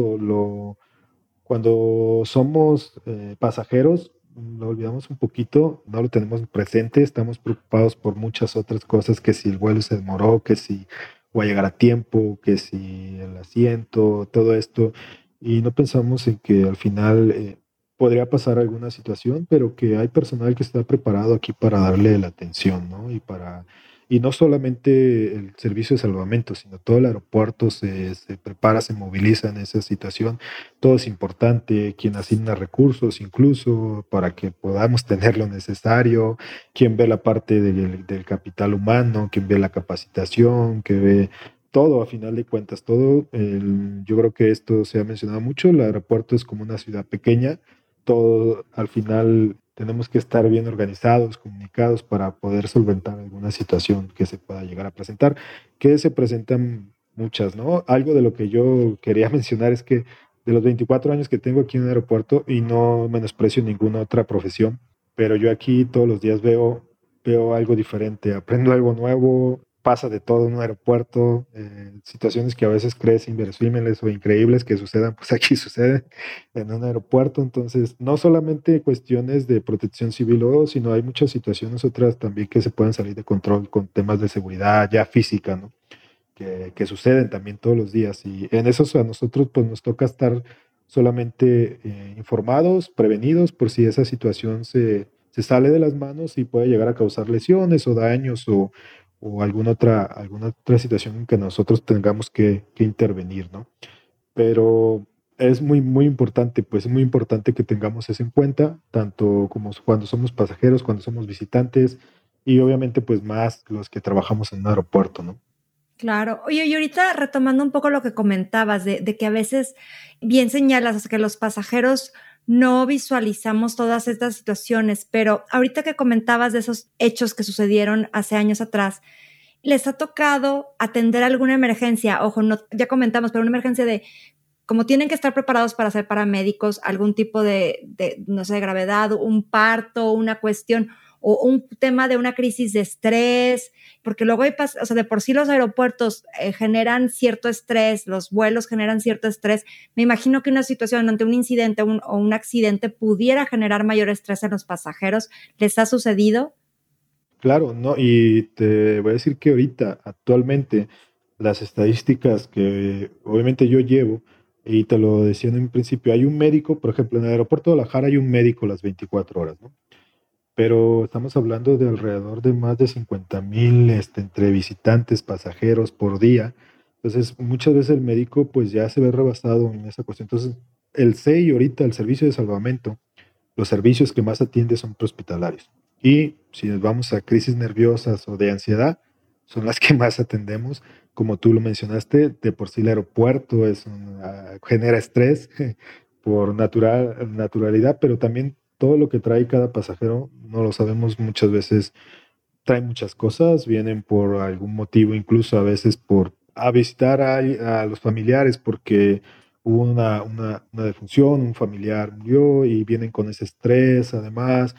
Cuando somos pasajeros, lo olvidamos un poquito, no lo tenemos presente, estamos preocupados por muchas otras cosas, que si el vuelo se demoró, que si voy a llegar a tiempo, que si el asiento, todo esto, y no pensamos en que al final podría pasar alguna situación, pero que hay personal que está preparado aquí para darle la atención, ¿no? Y no solamente el servicio de salvamento, sino todo el aeropuerto se prepara, se moviliza en esa situación. Todo es importante, quien asigna recursos incluso para que podamos tener lo necesario, quien ve la parte del capital humano, quien ve la capacitación, que ve todo a final de cuentas, todo. Yo creo que esto se ha mencionado mucho, el aeropuerto es como una ciudad pequeña, todo al final tenemos que estar bien organizados, comunicados para poder solventar alguna situación que se pueda llegar a presentar, que se presentan muchas, ¿no? Algo de lo que yo quería mencionar es que de los 24 años que tengo aquí en el aeropuerto, y no menosprecio ninguna otra profesión, pero yo aquí todos los días veo algo diferente, aprendo algo nuevo, pasa de todo en un aeropuerto, situaciones que a veces crees inverosímiles o increíbles que sucedan, pues aquí suceden en un aeropuerto. Entonces, no solamente cuestiones de protección civil, sino hay muchas situaciones otras también que se pueden salir de control con temas de seguridad ya física, ¿no? Que suceden también todos los días. Y en eso a nosotros pues nos toca estar solamente informados, prevenidos por si esa situación se sale de las manos y puede llegar a causar lesiones o daños o alguna otra situación en que nosotros tengamos que intervenir, ¿no? Pero es muy, muy importante, pues es muy importante que tengamos eso en cuenta, tanto como cuando somos pasajeros, cuando somos visitantes y obviamente pues más los que trabajamos en un aeropuerto, ¿no? Claro. Oye, y ahorita retomando un poco lo que comentabas de que a veces bien señalas, o sea, que los pasajeros no visualizamos todas estas situaciones, pero ahorita que comentabas de esos hechos que sucedieron hace años atrás, ¿les ha tocado atender alguna emergencia? Ojo, no, ya comentamos, pero una emergencia de como tienen que estar preparados para ser paramédicos, algún tipo no sé, de gravedad, un parto, una cuestión, o un tema de una crisis de estrés, porque luego o sea, de por sí los aeropuertos generan cierto estrés, los vuelos generan cierto estrés. Me imagino que una situación ante un incidente o un accidente pudiera generar mayor estrés en los pasajeros. ¿Les ha sucedido? Claro, no, y te voy a decir que ahorita, actualmente, las estadísticas que obviamente yo llevo, y te lo decía en un principio, hay un médico, por ejemplo, en el aeropuerto de Guadalajara hay un médico las 24 horas, ¿no? Pero estamos hablando de alrededor de más de 50,000 entre visitantes, pasajeros por día. Entonces, muchas veces el médico pues ya se ve rebasado en esa cuestión. Entonces, el SEI ahorita, el servicio de salvamento, los servicios que más atiende son prehospitalarios. Y si nos vamos a crisis nerviosas o de ansiedad, son las que más atendemos. Como tú lo mencionaste, de por sí el aeropuerto genera estrés por naturalidad, pero también todo lo que trae cada pasajero, no lo sabemos muchas veces, trae muchas cosas, vienen por algún motivo, incluso a veces por a visitar a los familiares porque hubo una defunción, un familiar murió y vienen con ese estrés además,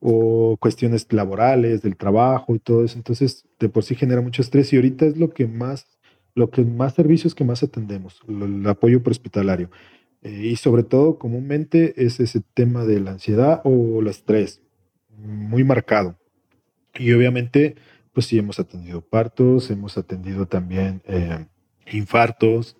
o cuestiones laborales, del trabajo y todo eso. Entonces, de por sí genera mucho estrés y ahorita es lo que más servicios que más atendemos, el apoyo prehospitalario. Y sobre todo, comúnmente es ese tema de la ansiedad o el estrés, muy marcado. Y obviamente, pues sí, hemos atendido partos, hemos atendido también infartos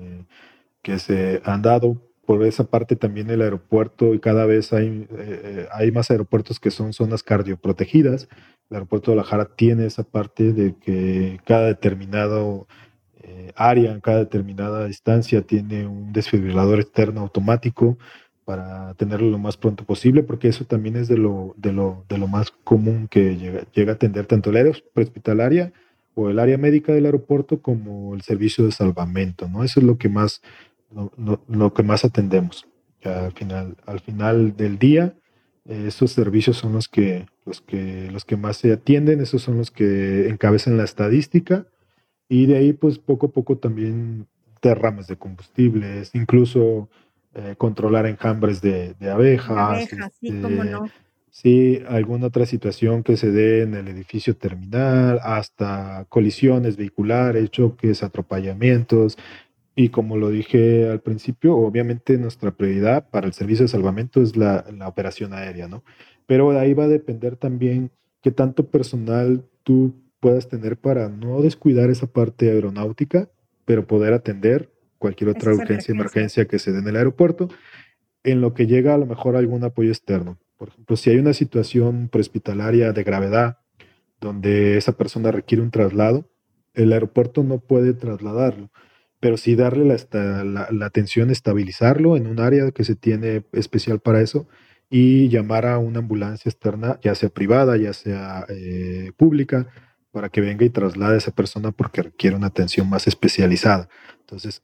que se han dado. Por esa parte también el aeropuerto, y cada vez hay más aeropuertos que son zonas cardioprotegidas. El aeropuerto de Guadalajara tiene esa parte de que cada determinado área, en cada determinada distancia, tiene un desfibrilador externo automático para tenerlo lo más pronto posible, porque eso también es de lo más común que llega a atender tanto el área prehospitalaria o el área médica del aeropuerto como el servicio de salvamento, ¿no? Eso es lo que más atendemos. Ya al final del día, esos servicios son los que más se atienden, esos son los que encabezan la estadística y de ahí, pues poco a poco también derrames de combustibles, incluso controlar enjambres de De abejas, abejas, sí, cómo no. sí, alguna otra situación que se dé en el edificio terminal, hasta colisiones vehiculares, choques, atropellamientos. Y como lo dije al principio, obviamente nuestra prioridad para el servicio de salvamento es la operación aérea, ¿no? Pero de ahí va a depender también qué tanto personal tú puedas tener para no descuidar esa parte aeronáutica, pero poder atender cualquier otra Esas urgencia, emergencias. emergencia que se dé en el aeropuerto, en lo que llega a lo mejor algún apoyo externo. Por ejemplo, si hay una situación prehospitalaria de gravedad donde esa persona requiere un traslado, el aeropuerto no puede trasladarlo, pero sí darle la atención, estabilizarlo en un área que se tiene especial para eso y llamar a una ambulancia externa, ya sea privada, ya sea pública, para que venga y traslade a esa persona porque requiere una atención más especializada. Entonces,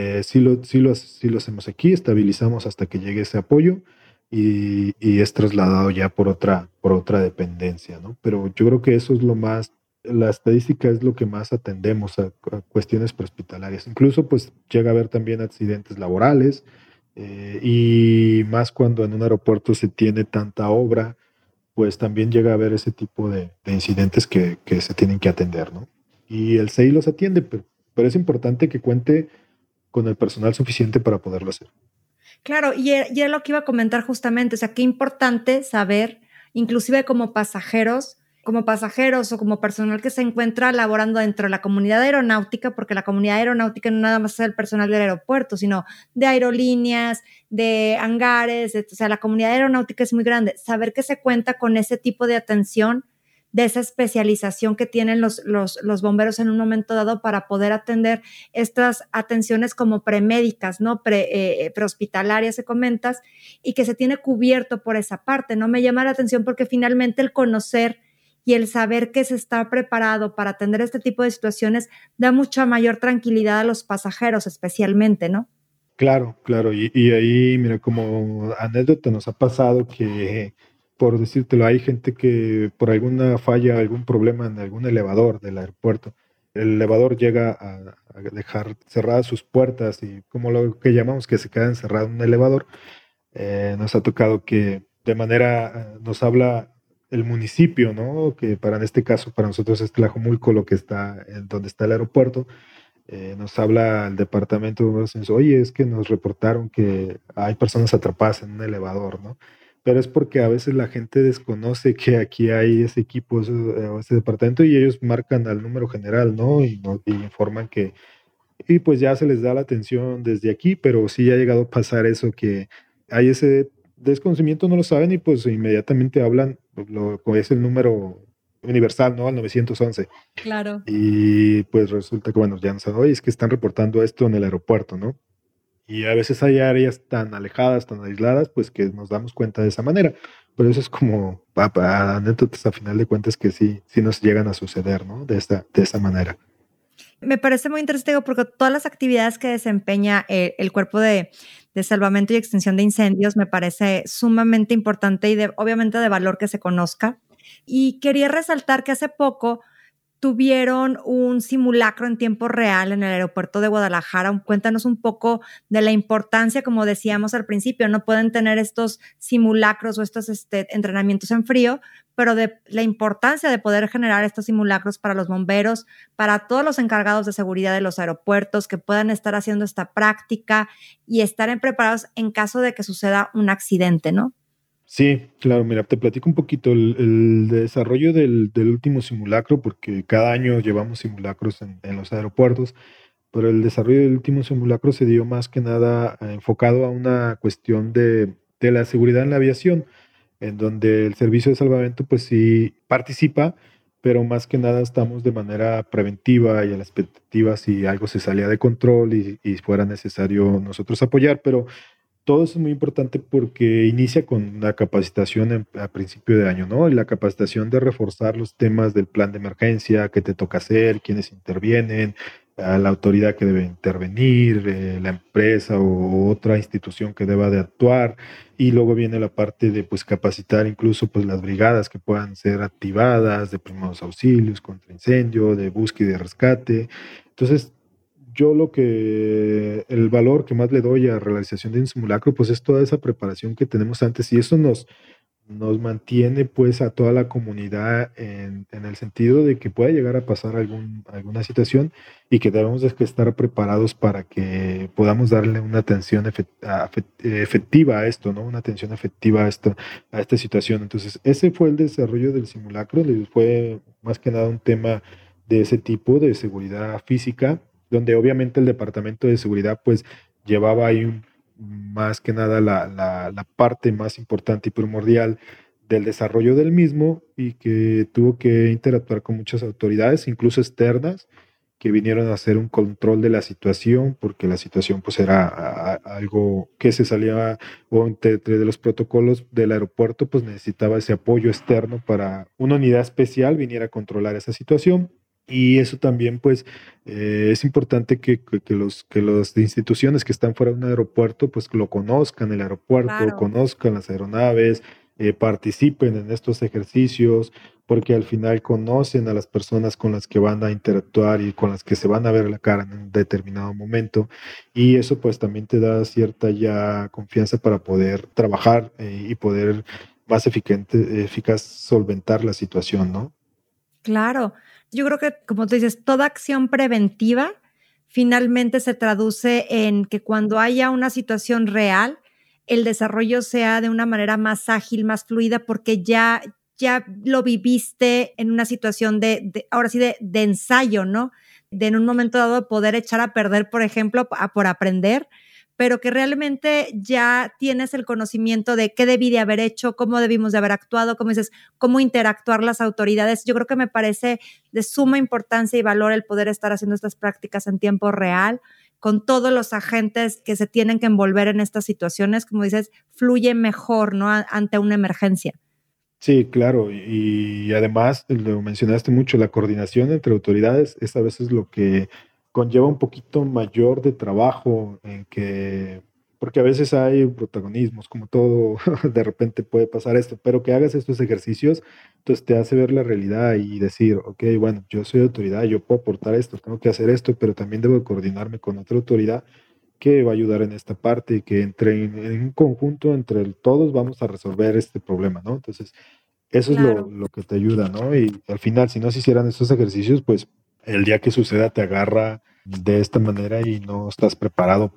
sí lo hacemos aquí, estabilizamos hasta que llegue ese apoyo y es trasladado ya por otra dependencia, ¿no? Pero yo creo que eso es lo más la estadística es lo que más atendemos a cuestiones prehospitalarias. Incluso pues llega a haber también accidentes laborales y más cuando en un aeropuerto se tiene tanta obra, pues también llega a haber ese tipo de incidentes que se tienen que atender, ¿no? Y el CEI los atiende, pero es importante que cuente con el personal suficiente para poderlo hacer. Claro, y era lo que iba a comentar justamente, o sea, qué importante saber, inclusive como pasajeros o como personal que se encuentra laborando dentro de la comunidad aeronáutica, porque la comunidad aeronáutica no nada más es el personal del aeropuerto, sino de aerolíneas, de hangares, o sea, la comunidad aeronáutica es muy grande. Saber que se cuenta con ese tipo de atención, de esa especialización que tienen los bomberos en un momento dado para poder atender estas atenciones como premédicas, ¿no? Prehospitalarias, se comentas, y que se tiene cubierto por esa parte, ¿no? Me llama la atención porque finalmente el conocer y el saber que se está preparado para atender este tipo de situaciones da mucha mayor tranquilidad a los pasajeros especialmente, ¿no? Claro, claro. Y ahí, mira, como anécdota nos ha pasado que, por decírtelo, hay gente que por alguna falla, algún problema en algún elevador del aeropuerto, el elevador llega a dejar cerradas sus puertas y como lo que llamamos que se queda encerrado en un elevador, nos ha tocado que de manera, nos habla el municipio, ¿no? Que para en este caso, para nosotros es Tlajomulco, lo que está en donde está el aeropuerto. Nos habla el departamento de bomberos y dice, oye, es que nos reportaron que hay personas atrapadas en un elevador, ¿no? Pero es porque a veces la gente desconoce que aquí hay ese equipo, ese departamento, y ellos marcan al número general, ¿no? Y informan que, y pues ya se les da la atención desde aquí, pero sí ha llegado a pasar eso, que hay ese desconocimiento, no lo saben, y pues inmediatamente hablan, es el número universal, ¿no? Al 911. Claro. Y pues resulta que, bueno, ya no saben, oye, es que están reportando esto en el aeropuerto, ¿no? Y a veces hay áreas tan alejadas, tan aisladas, pues que nos damos cuenta de esa manera. Pero eso es como anécdotas a final de cuentas que sí, sí nos llegan a suceder, ¿no? De esa manera. Me parece muy interesante porque todas las actividades que desempeña el cuerpo de salvamento y extinción de incendios me parece sumamente importante y obviamente de valor que se conozca. Y quería resaltar que hace poco tuvieron un simulacro en tiempo real en el aeropuerto de Guadalajara. Cuéntanos un poco de la importancia, como decíamos al principio, no pueden tener estos simulacros o estos entrenamientos en frío, pero de la importancia de poder generar estos simulacros para los bomberos, para todos los encargados de seguridad de los aeropuertos, que puedan estar haciendo esta práctica y estar preparados en caso de que suceda un accidente, ¿no? Sí, claro, mira, te platico un poquito el desarrollo del último simulacro, porque cada año llevamos simulacros en los aeropuertos, pero el desarrollo del último simulacro se dio más que nada enfocado a una cuestión de la seguridad en la aviación, en donde el servicio de salvamento pues sí participa, pero más que nada estamos de manera preventiva y a la expectativa si algo se salía de control y fuera necesario nosotros apoyar, pero todo eso es muy importante porque inicia con la capacitación a principio de año, ¿no? Y la capacitación de reforzar los temas del plan de emergencia, qué te toca hacer, quiénes intervienen, a la autoridad que debe intervenir, la empresa o otra institución que deba de actuar. Y luego viene la parte de pues capacitar incluso pues las brigadas que puedan ser activadas, de primeros auxilios contra incendio, de búsqueda y de rescate. Entonces, yo el valor que más le doy a realización de un simulacro, pues es toda esa preparación que tenemos antes y eso nos mantiene pues a toda la comunidad en el sentido de que pueda llegar a pasar alguna situación y que debemos de estar preparados para que podamos darle una atención efectiva a esto, ¿no? Una atención efectiva a esta situación. Entonces, ese fue el desarrollo del simulacro, fue más que nada un tema de ese tipo de seguridad física donde obviamente el departamento de seguridad pues llevaba ahí más que nada la parte más importante y primordial del desarrollo del mismo y que tuvo que interactuar con muchas autoridades, incluso externas, que vinieron a hacer un control de la situación, porque la situación pues era algo que se salía o entre de los protocolos del aeropuerto, pues necesitaba ese apoyo externo para una unidad especial viniera a controlar esa situación. Y eso también, pues, es importante que las instituciones que están fuera de un aeropuerto, pues, lo conozcan el aeropuerto, Claro. conozcan las aeronaves, participen en estos ejercicios, porque al final conocen a las personas con las que van a interactuar y con las que se van a ver la cara en un determinado momento, y eso pues también te da cierta ya confianza para poder trabajar y poder más eficaz solventar la situación, ¿no? Claro, yo creo que, como tú dices, toda acción preventiva finalmente se traduce en que cuando haya una situación real, el desarrollo sea de una manera más ágil, más fluida, porque ya lo viviste en una situación ahora sí, de ensayo, ¿no? De en un momento dado poder echar a perder, por ejemplo, por aprender, pero que realmente ya tienes el conocimiento de qué debí de haber hecho, cómo debimos de haber actuado, como dices, cómo interactuar las autoridades. Yo creo que me parece de suma importancia y valor el poder estar haciendo estas prácticas en tiempo real, con todos los agentes que se tienen que envolver en estas situaciones, como dices, fluye mejor, ¿no? Ante una emergencia. Sí, claro, y además lo mencionaste mucho, la coordinación entre autoridades es a veces lo que conlleva un poquito mayor de trabajo en que, porque a veces hay protagonismos, como todo, de repente puede pasar esto, pero que hagas estos ejercicios, entonces te hace ver la realidad y decir, ok, bueno, yo soy autoridad, yo puedo aportar esto, tengo que hacer esto, pero también debo coordinarme con otra autoridad que va a ayudar en esta parte y que entre en un conjunto, todos vamos a resolver este problema, ¿no? Entonces, eso es Claro. lo que te ayuda, ¿no? Y al final, si no se hicieran estos ejercicios, pues el día que suceda te agarra de esta manera y no estás preparado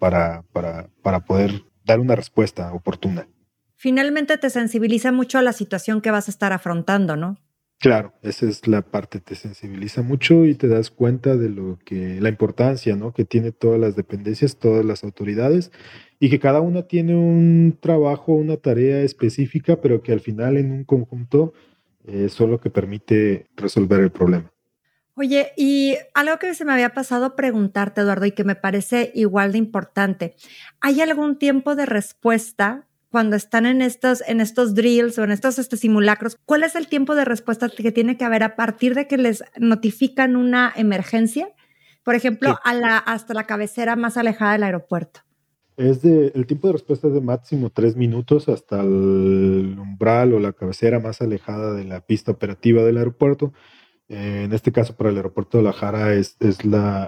para poder dar una respuesta oportuna. Finalmente te sensibiliza mucho a la situación que vas a estar afrontando, ¿no? Claro, esa es la parte, te sensibiliza mucho y te das cuenta de la importancia, ¿no? Que tiene todas las dependencias, todas las autoridades y que cada una tiene un trabajo, una tarea específica, pero que al final en un conjunto son lo que permite resolver el problema. Oye, y algo que se me había pasado preguntarte, Eduardo, y que me parece igual de importante, ¿hay algún tiempo de respuesta cuando están en estos drills o en estos simulacros? ¿Cuál es el tiempo de respuesta que tiene que haber a partir de que les notifican una emergencia? Por ejemplo, Sí. hasta la cabecera más alejada del aeropuerto. El tiempo de respuesta es de máximo 3 minutos hasta el umbral o la cabecera más alejada de la pista operativa del aeropuerto. En este caso, para el aeropuerto de La Jara es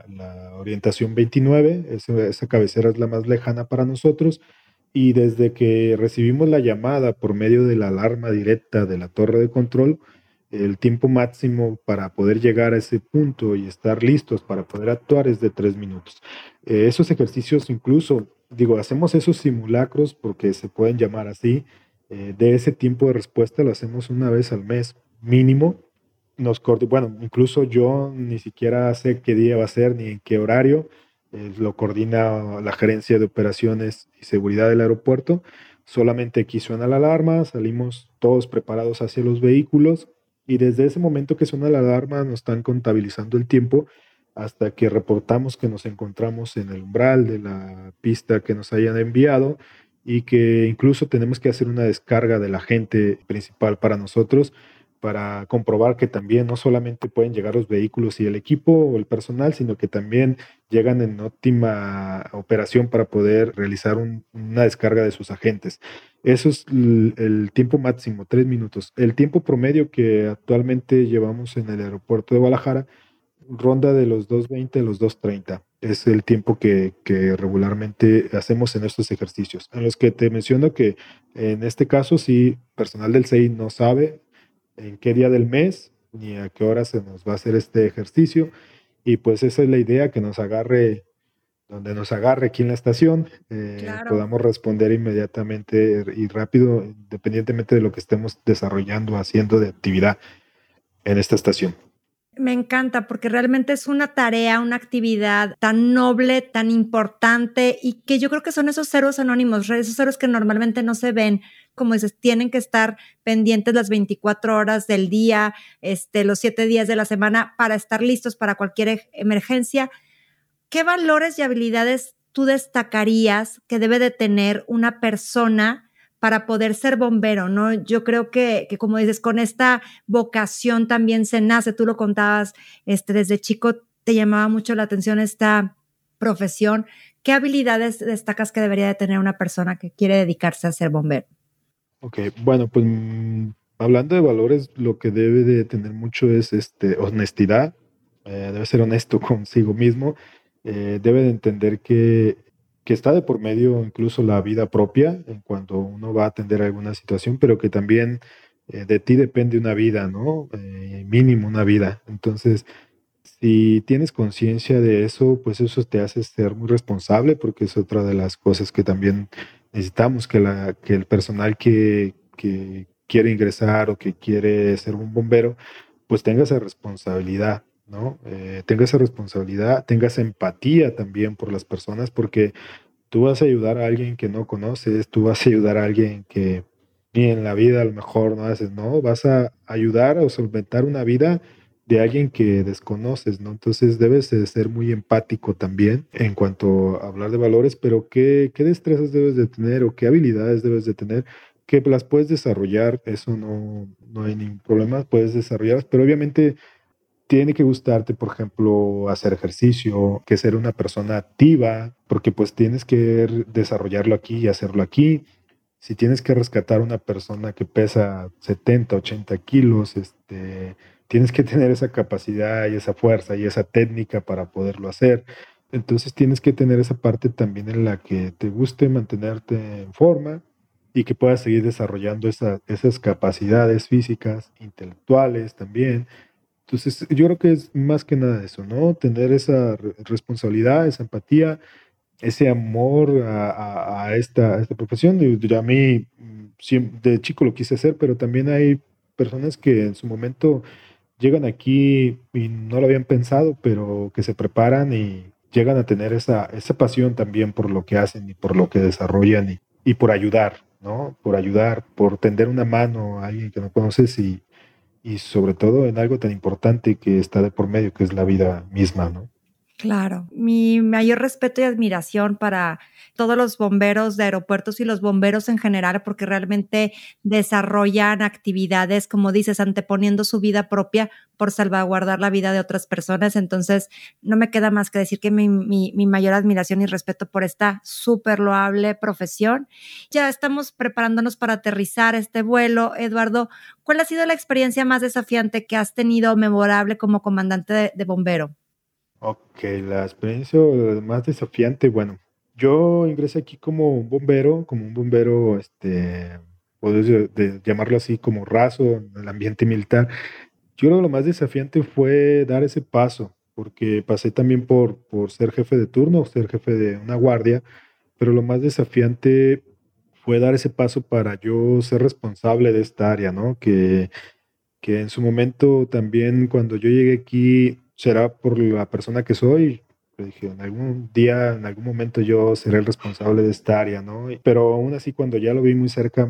la orientación 29, esa cabecera es la más lejana para nosotros. Y desde que recibimos la llamada por medio de la alarma directa de la torre de control, el tiempo máximo para poder llegar a ese punto y estar listos para poder actuar es de 3 minutos. Esos ejercicios incluso, digo, hacemos esos simulacros porque se pueden llamar así, de ese tiempo de respuesta lo hacemos una vez al mes mínimo. Bueno, incluso yo ni siquiera sé qué día va a ser ni en qué horario, lo coordina la gerencia de operaciones y seguridad del aeropuerto. Solamente aquí suena la alarma, salimos todos preparados hacia los vehículos y desde ese momento que suena la alarma nos están contabilizando el tiempo hasta que reportamos que nos encontramos en el umbral de la pista que nos hayan enviado y que incluso tenemos que hacer una descarga del agente principal para nosotros para comprobar que también no solamente pueden llegar los vehículos y el equipo o el personal, sino que también llegan en óptima operación para poder realizar una descarga de sus agentes. Eso es el tiempo máximo, 3 minutos. El tiempo promedio que actualmente llevamos en el aeropuerto de Guadalajara ronda de los 2:20 a los 2:30. Es el tiempo que regularmente hacemos en estos ejercicios, en los que te menciono que en este caso sí, personal del CEI no sabe en qué día del mes ni a qué hora se nos va a hacer este ejercicio. Y pues esa es la idea, que nos agarre donde nos agarre aquí en la estación, Claro. podamos responder inmediatamente y rápido, independientemente de lo que estemos desarrollando, haciendo de actividad en esta estación. Me encanta porque realmente es una tarea, una actividad tan noble, tan importante y que yo creo que son esos héroes anónimos, esos héroes que normalmente no se ven, como dices, tienen que estar pendientes las 24 horas del día, los 7 días de la semana para estar listos para cualquier emergencia. ¿Qué valores y habilidades tú destacarías que debe de tener una persona para poder ser bombero, ¿no? Yo creo que como dices, con esta vocación también se nace, tú lo contabas, desde chico te llamaba mucho la atención esta profesión. ¿Qué habilidades destacas que debería de tener una persona que quiere dedicarse a ser bombero? Ok, bueno, pues hablando de valores, lo que debe de tener mucho es honestidad. Debe ser honesto consigo mismo. Debe de entender que está de por medio incluso la vida propia en cuanto uno va a atender alguna situación, pero que también de ti depende una vida, ¿no? Mínimo una vida. Entonces, si tienes conciencia de eso, pues eso te hace ser muy responsable, porque es otra de las cosas que también necesitamos, que el personal que quiere ingresar o que quiere ser un bombero, pues tenga esa responsabilidad, ¿no? Tenga esa responsabilidad, tenga esa empatía también por las personas, porque tú vas a ayudar a alguien que no conoces, tú vas a ayudar a alguien que ni en la vida a lo mejor no haces, ¿no? Vas a ayudar o solventar una vida de alguien que desconoces, ¿no? Entonces debes de ser muy empático también en cuanto a hablar de valores, pero ¿qué destrezas debes de tener o qué habilidades debes de tener? Que las puedes desarrollar, eso no hay ningún problema, puedes desarrollarlas, pero obviamente tiene que gustarte, por ejemplo, hacer ejercicio, que ser una persona activa, porque pues tienes que desarrollarlo aquí y hacerlo aquí. Si tienes que rescatar a una persona que pesa 70, 80 kilos, tienes que tener esa capacidad y esa fuerza y esa técnica para poderlo hacer. Entonces tienes que tener esa parte también en la que te guste mantenerte en forma y que puedas seguir desarrollando esas capacidades físicas, intelectuales también. Entonces, yo creo que es más que nada eso, ¿no? Tener esa responsabilidad, esa empatía, ese amor a esta profesión. Yo a mí de chico lo quise hacer, pero también hay personas que en su momento llegan aquí y no lo habían pensado, pero que se preparan y llegan a tener esa pasión también por lo que hacen y por lo que desarrollan y por ayudar, ¿no? Por ayudar, por tender una mano a alguien que no conoces y sobre todo en algo tan importante que está de por medio, que es la vida misma, ¿no? Claro, mi mayor respeto y admiración para todos los bomberos de aeropuertos y los bomberos en general, porque realmente desarrollan actividades, como dices, anteponiendo su vida propia por salvaguardar la vida de otras personas. Entonces, no me queda más que decir que mi mayor admiración y respeto por esta súper loable profesión. Ya estamos preparándonos para aterrizar este vuelo. Eduardo, ¿cuál ha sido la experiencia más desafiante que has tenido memorable como comandante de bombero? Ok, la experiencia más desafiante, bueno, yo ingresé aquí como un bombero, puedes llamarlo así, como raso en el ambiente militar. Yo creo que lo más desafiante fue dar ese paso, porque pasé también por ser jefe de turno, ser jefe de una guardia, pero lo más desafiante fue dar ese paso para yo ser responsable de esta área, ¿no? Que en su momento también cuando yo llegué aquí será por la persona que soy. Yo dije, en algún día, en algún momento yo seré el responsable de esta área, ¿no? Pero aún así cuando ya lo vi muy cerca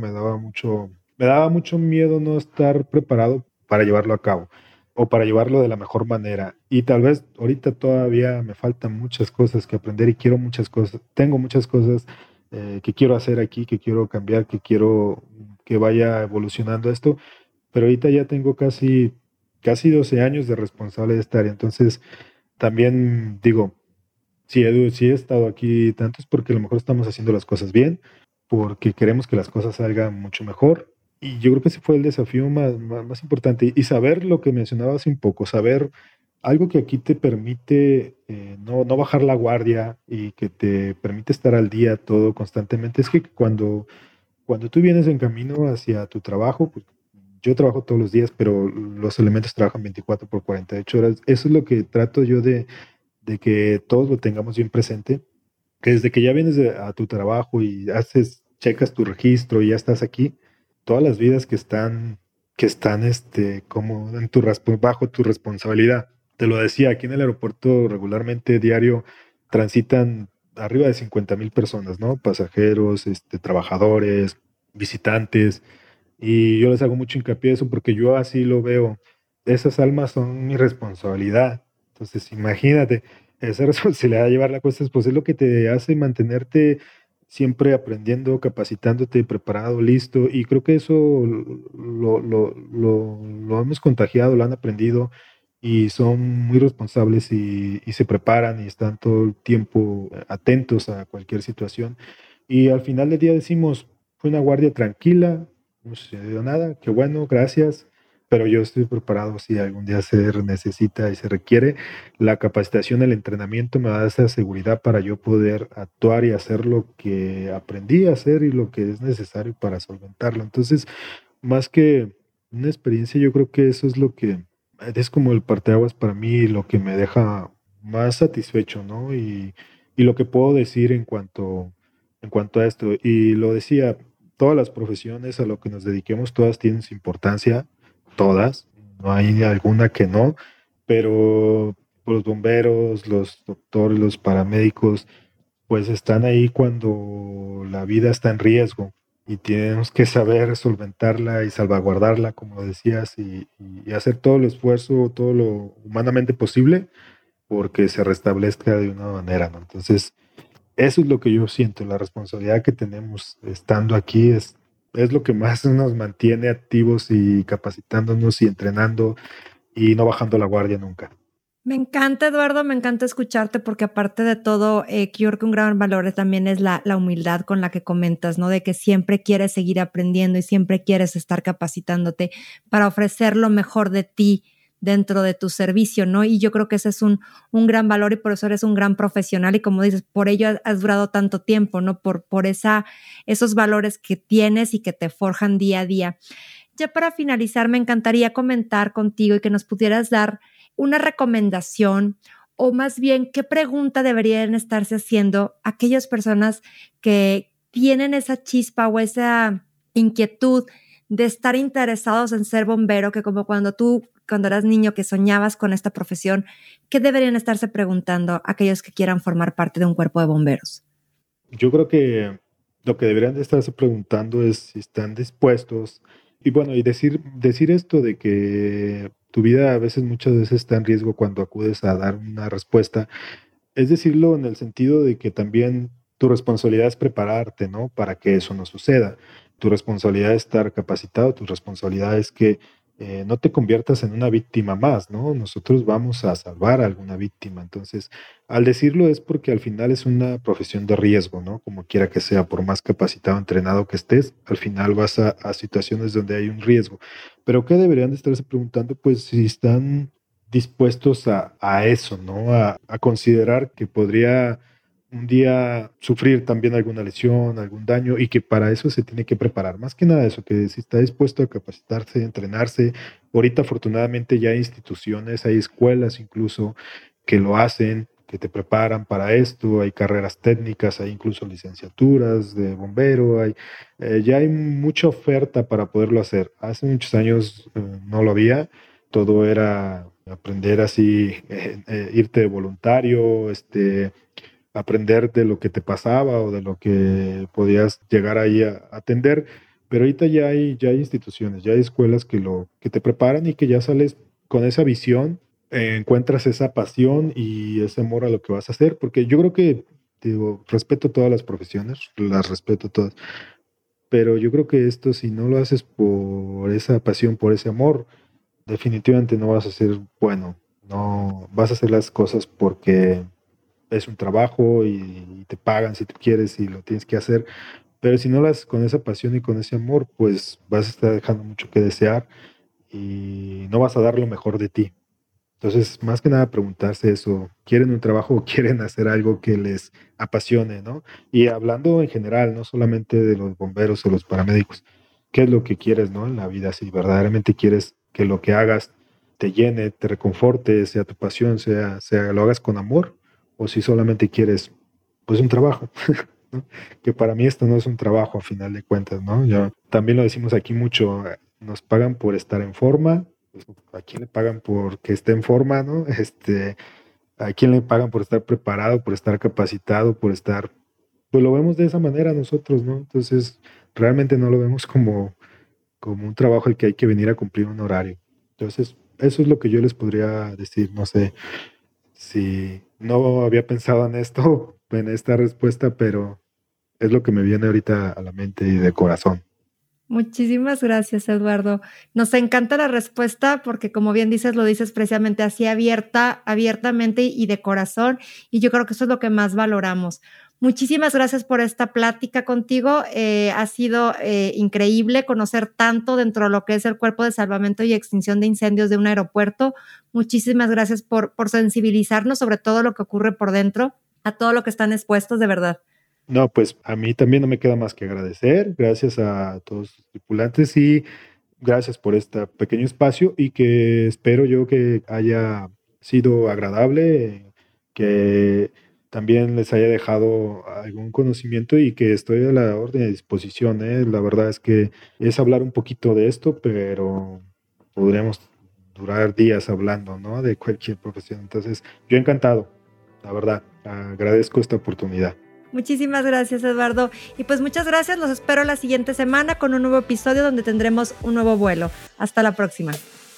me daba mucho miedo no estar preparado para llevarlo a cabo o para llevarlo de la mejor manera. Y tal vez ahorita todavía me faltan muchas cosas que aprender y quiero muchas cosas, tengo muchas cosas que quiero hacer aquí, que quiero cambiar, que quiero que vaya evolucionando esto, pero ahorita ya tengo casi 12 años de responsable de esta área. Entonces, también digo, si Edu, si he estado aquí tanto es porque a lo mejor estamos haciendo las cosas bien, porque queremos que las cosas salgan mucho mejor. Y yo creo que ese fue el desafío más importante. Y saber lo que mencionaba hace un poco, saber algo que aquí te permite no bajar la guardia y que te permite estar al día todo constantemente, es que cuando tú vienes en camino hacia tu trabajo, pues, yo trabajo todos los días, pero los elementos trabajan 24 por 48 horas. Eso es lo que trato yo de que todos lo tengamos bien presente, que desde que ya vienes a tu trabajo y checas tu registro y ya estás aquí, todas las vidas que están como bajo tu responsabilidad. Te lo decía, aquí en el aeropuerto regularmente diario transitan arriba de 50,000 personas, ¿no? Pasajeros, trabajadores, visitantes, y yo les hago mucho hincapié a eso porque yo así lo veo. Esas almas son mi responsabilidad. Entonces, imagínate, esa responsabilidad de llevar la cosa, pues es lo que te hace mantenerte siempre aprendiendo, capacitándote, preparado, listo. Y creo que eso lo hemos contagiado, lo han aprendido y son muy responsables y se preparan y están todo el tiempo atentos a cualquier situación. Y al final del día decimos, fue una guardia tranquila, No sucedió nada, qué bueno, gracias, pero yo estoy preparado si algún día se necesita y se requiere. La capacitación, el entrenamiento me da esa seguridad para yo poder actuar y hacer lo que aprendí a hacer y lo que es necesario para solventarlo. Entonces, más que una experiencia, yo creo que eso es lo que es como el parteaguas para mí, lo que me deja más satisfecho, ¿no? Y lo que puedo decir en cuanto a esto. Y lo decía, todas las profesiones a lo que nos dediquemos, todas tienen su importancia, todas, no hay alguna que no, pero los bomberos, los doctores, los paramédicos, pues están ahí cuando la vida está en riesgo y tenemos que saber solventarla y salvaguardarla, como decías, y hacer todo el esfuerzo, todo lo humanamente posible porque se restablezca de una manera, ¿no? Entonces, eso es lo que yo siento, la responsabilidad que tenemos estando aquí es lo que más nos mantiene activos y capacitándonos y entrenando y no bajando la guardia nunca. Me encanta, Eduardo, me encanta escucharte porque aparte de todo, yo creo que un gran valor también es la humildad con la que comentas, ¿no? De que siempre quieres seguir aprendiendo y siempre quieres estar capacitándote para ofrecer lo mejor de ti dentro de tu servicio, ¿no? Y yo creo que ese es un gran valor y por eso eres un gran profesional y como dices, por ello has durado tanto tiempo, ¿no? Por esos valores que tienes y que te forjan día a día. Ya para finalizar, me encantaría comentar contigo y que nos pudieras dar una recomendación o más bien qué pregunta deberían estarse haciendo aquellas personas que tienen esa chispa o esa inquietud de estar interesados en ser bombero, que como cuando eras niño, que soñabas con esta profesión, ¿qué deberían estarse preguntando aquellos que quieran formar parte de un cuerpo de bomberos? Yo creo que lo que deberían de estarse preguntando es si están dispuestos y bueno, y decir esto de que tu vida a veces, muchas veces está en riesgo cuando acudes a dar una respuesta. Es decirlo en el sentido de que también tu responsabilidad es prepararte, ¿no? Para que eso no suceda. Tu responsabilidad es estar capacitado, tu responsabilidad es que no te conviertas en una víctima más, ¿no? Nosotros vamos a salvar a alguna víctima. Entonces, al decirlo es porque al final es una profesión de riesgo, ¿no? Como quiera que sea, por más capacitado, entrenado que estés, al final vas a situaciones donde hay un riesgo. Pero ¿qué deberían de estarse preguntando? Pues si están dispuestos a eso, ¿no? A considerar que podría un día sufrir también alguna lesión, algún daño y que para eso se tiene que preparar. Más que nada eso, que si está dispuesto a capacitarse, entrenarse. Ahorita afortunadamente ya hay instituciones, hay escuelas incluso que lo hacen, que te preparan para esto, hay carreras técnicas, hay incluso licenciaturas de bombero, ya hay mucha oferta para poderlo hacer. Hace muchos años no lo había, todo era aprender así, irte de voluntario, aprender de lo que te pasaba o de lo que podías llegar ahí a atender. Pero ahorita ya hay instituciones, ya hay escuelas que te preparan y que ya sales con esa visión, encuentras esa pasión y ese amor a lo que vas a hacer, porque yo creo que, digo, respeto todas las profesiones, las respeto todas, pero yo creo que esto, si no lo haces por esa pasión, por ese amor, definitivamente no vas a ser bueno, no vas a hacer las cosas porque es un trabajo y te pagan si tú quieres y lo tienes que hacer, pero si no lo haces con esa pasión y con ese amor, pues vas a estar dejando mucho que desear y no vas a dar lo mejor de ti. Entonces, más que nada preguntarse eso, ¿quieren un trabajo o quieren hacer algo que les apasione, ¿no? Y hablando en general, no solamente de los bomberos o los paramédicos, ¿qué es lo que quieres, ¿no? En la vida, si verdaderamente quieres que lo que hagas te llene, te reconforte, sea tu pasión, sea lo hagas con amor, o si solamente quieres, pues un trabajo, ¿no? Que para mí esto no es un trabajo a final de cuentas, ¿no? Yo, también lo decimos aquí mucho, nos pagan por estar en forma, pues, ¿a quién le pagan por que esté en forma, no? ¿A quién le pagan por estar preparado, por estar capacitado, por estar, pues lo vemos de esa manera nosotros, ¿no? Entonces, realmente no lo vemos como un trabajo al que hay que venir a cumplir un horario. Entonces, eso es lo que yo les podría decir. No sé si no había pensado en esto, en esta respuesta, pero es lo que me viene ahorita a la mente y de corazón. Muchísimas gracias, Eduardo. Nos encanta la respuesta porque, como bien dices, lo dices precisamente así abiertamente y de corazón, y yo creo que eso es lo que más valoramos. Muchísimas gracias por esta plática contigo. Ha sido increíble conocer tanto dentro de lo que es el Cuerpo de Salvamento y Extinción de Incendios de un aeropuerto. Muchísimas gracias por sensibilizarnos sobre todo lo que ocurre por dentro, a todo lo que están expuestos, de verdad. No, pues a mí también no me queda más que agradecer. Gracias a todos los tripulantes y gracias por este pequeño espacio y que espero yo que haya sido agradable, que también les haya dejado algún conocimiento y que estoy a la orden de disposición, ¿eh? La verdad es que es hablar un poquito de esto, pero podríamos durar días hablando, ¿no? De cualquier profesión. Entonces, yo encantado, la verdad, agradezco esta oportunidad. Muchísimas gracias, Eduardo. Y pues muchas gracias. Los espero la siguiente semana con un nuevo episodio donde tendremos un nuevo vuelo. Hasta la próxima.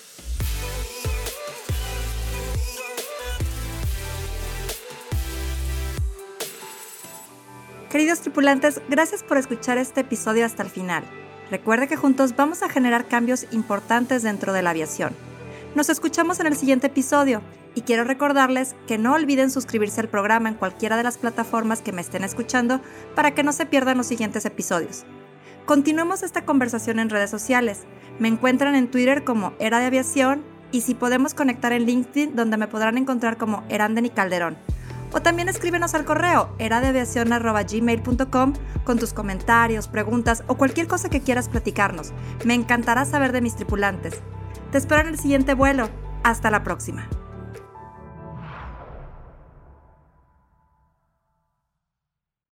Queridos tripulantes, gracias por escuchar este episodio hasta el final. Recuerde que juntos vamos a generar cambios importantes dentro de la aviación. Nos escuchamos en el siguiente episodio y quiero recordarles que no olviden suscribirse al programa en cualquiera de las plataformas que me estén escuchando para que no se pierdan los siguientes episodios. Continuemos esta conversación en redes sociales. Me encuentran en Twitter como Era de Aviación y si podemos conectar en LinkedIn donde me podrán encontrar como Eranden y Calderón. O también escríbenos al correo eradeaviacion@gmail.com con tus comentarios, preguntas o cualquier cosa que quieras platicarnos. Me encantará saber de mis tripulantes. Te espero en el siguiente vuelo. Hasta la próxima.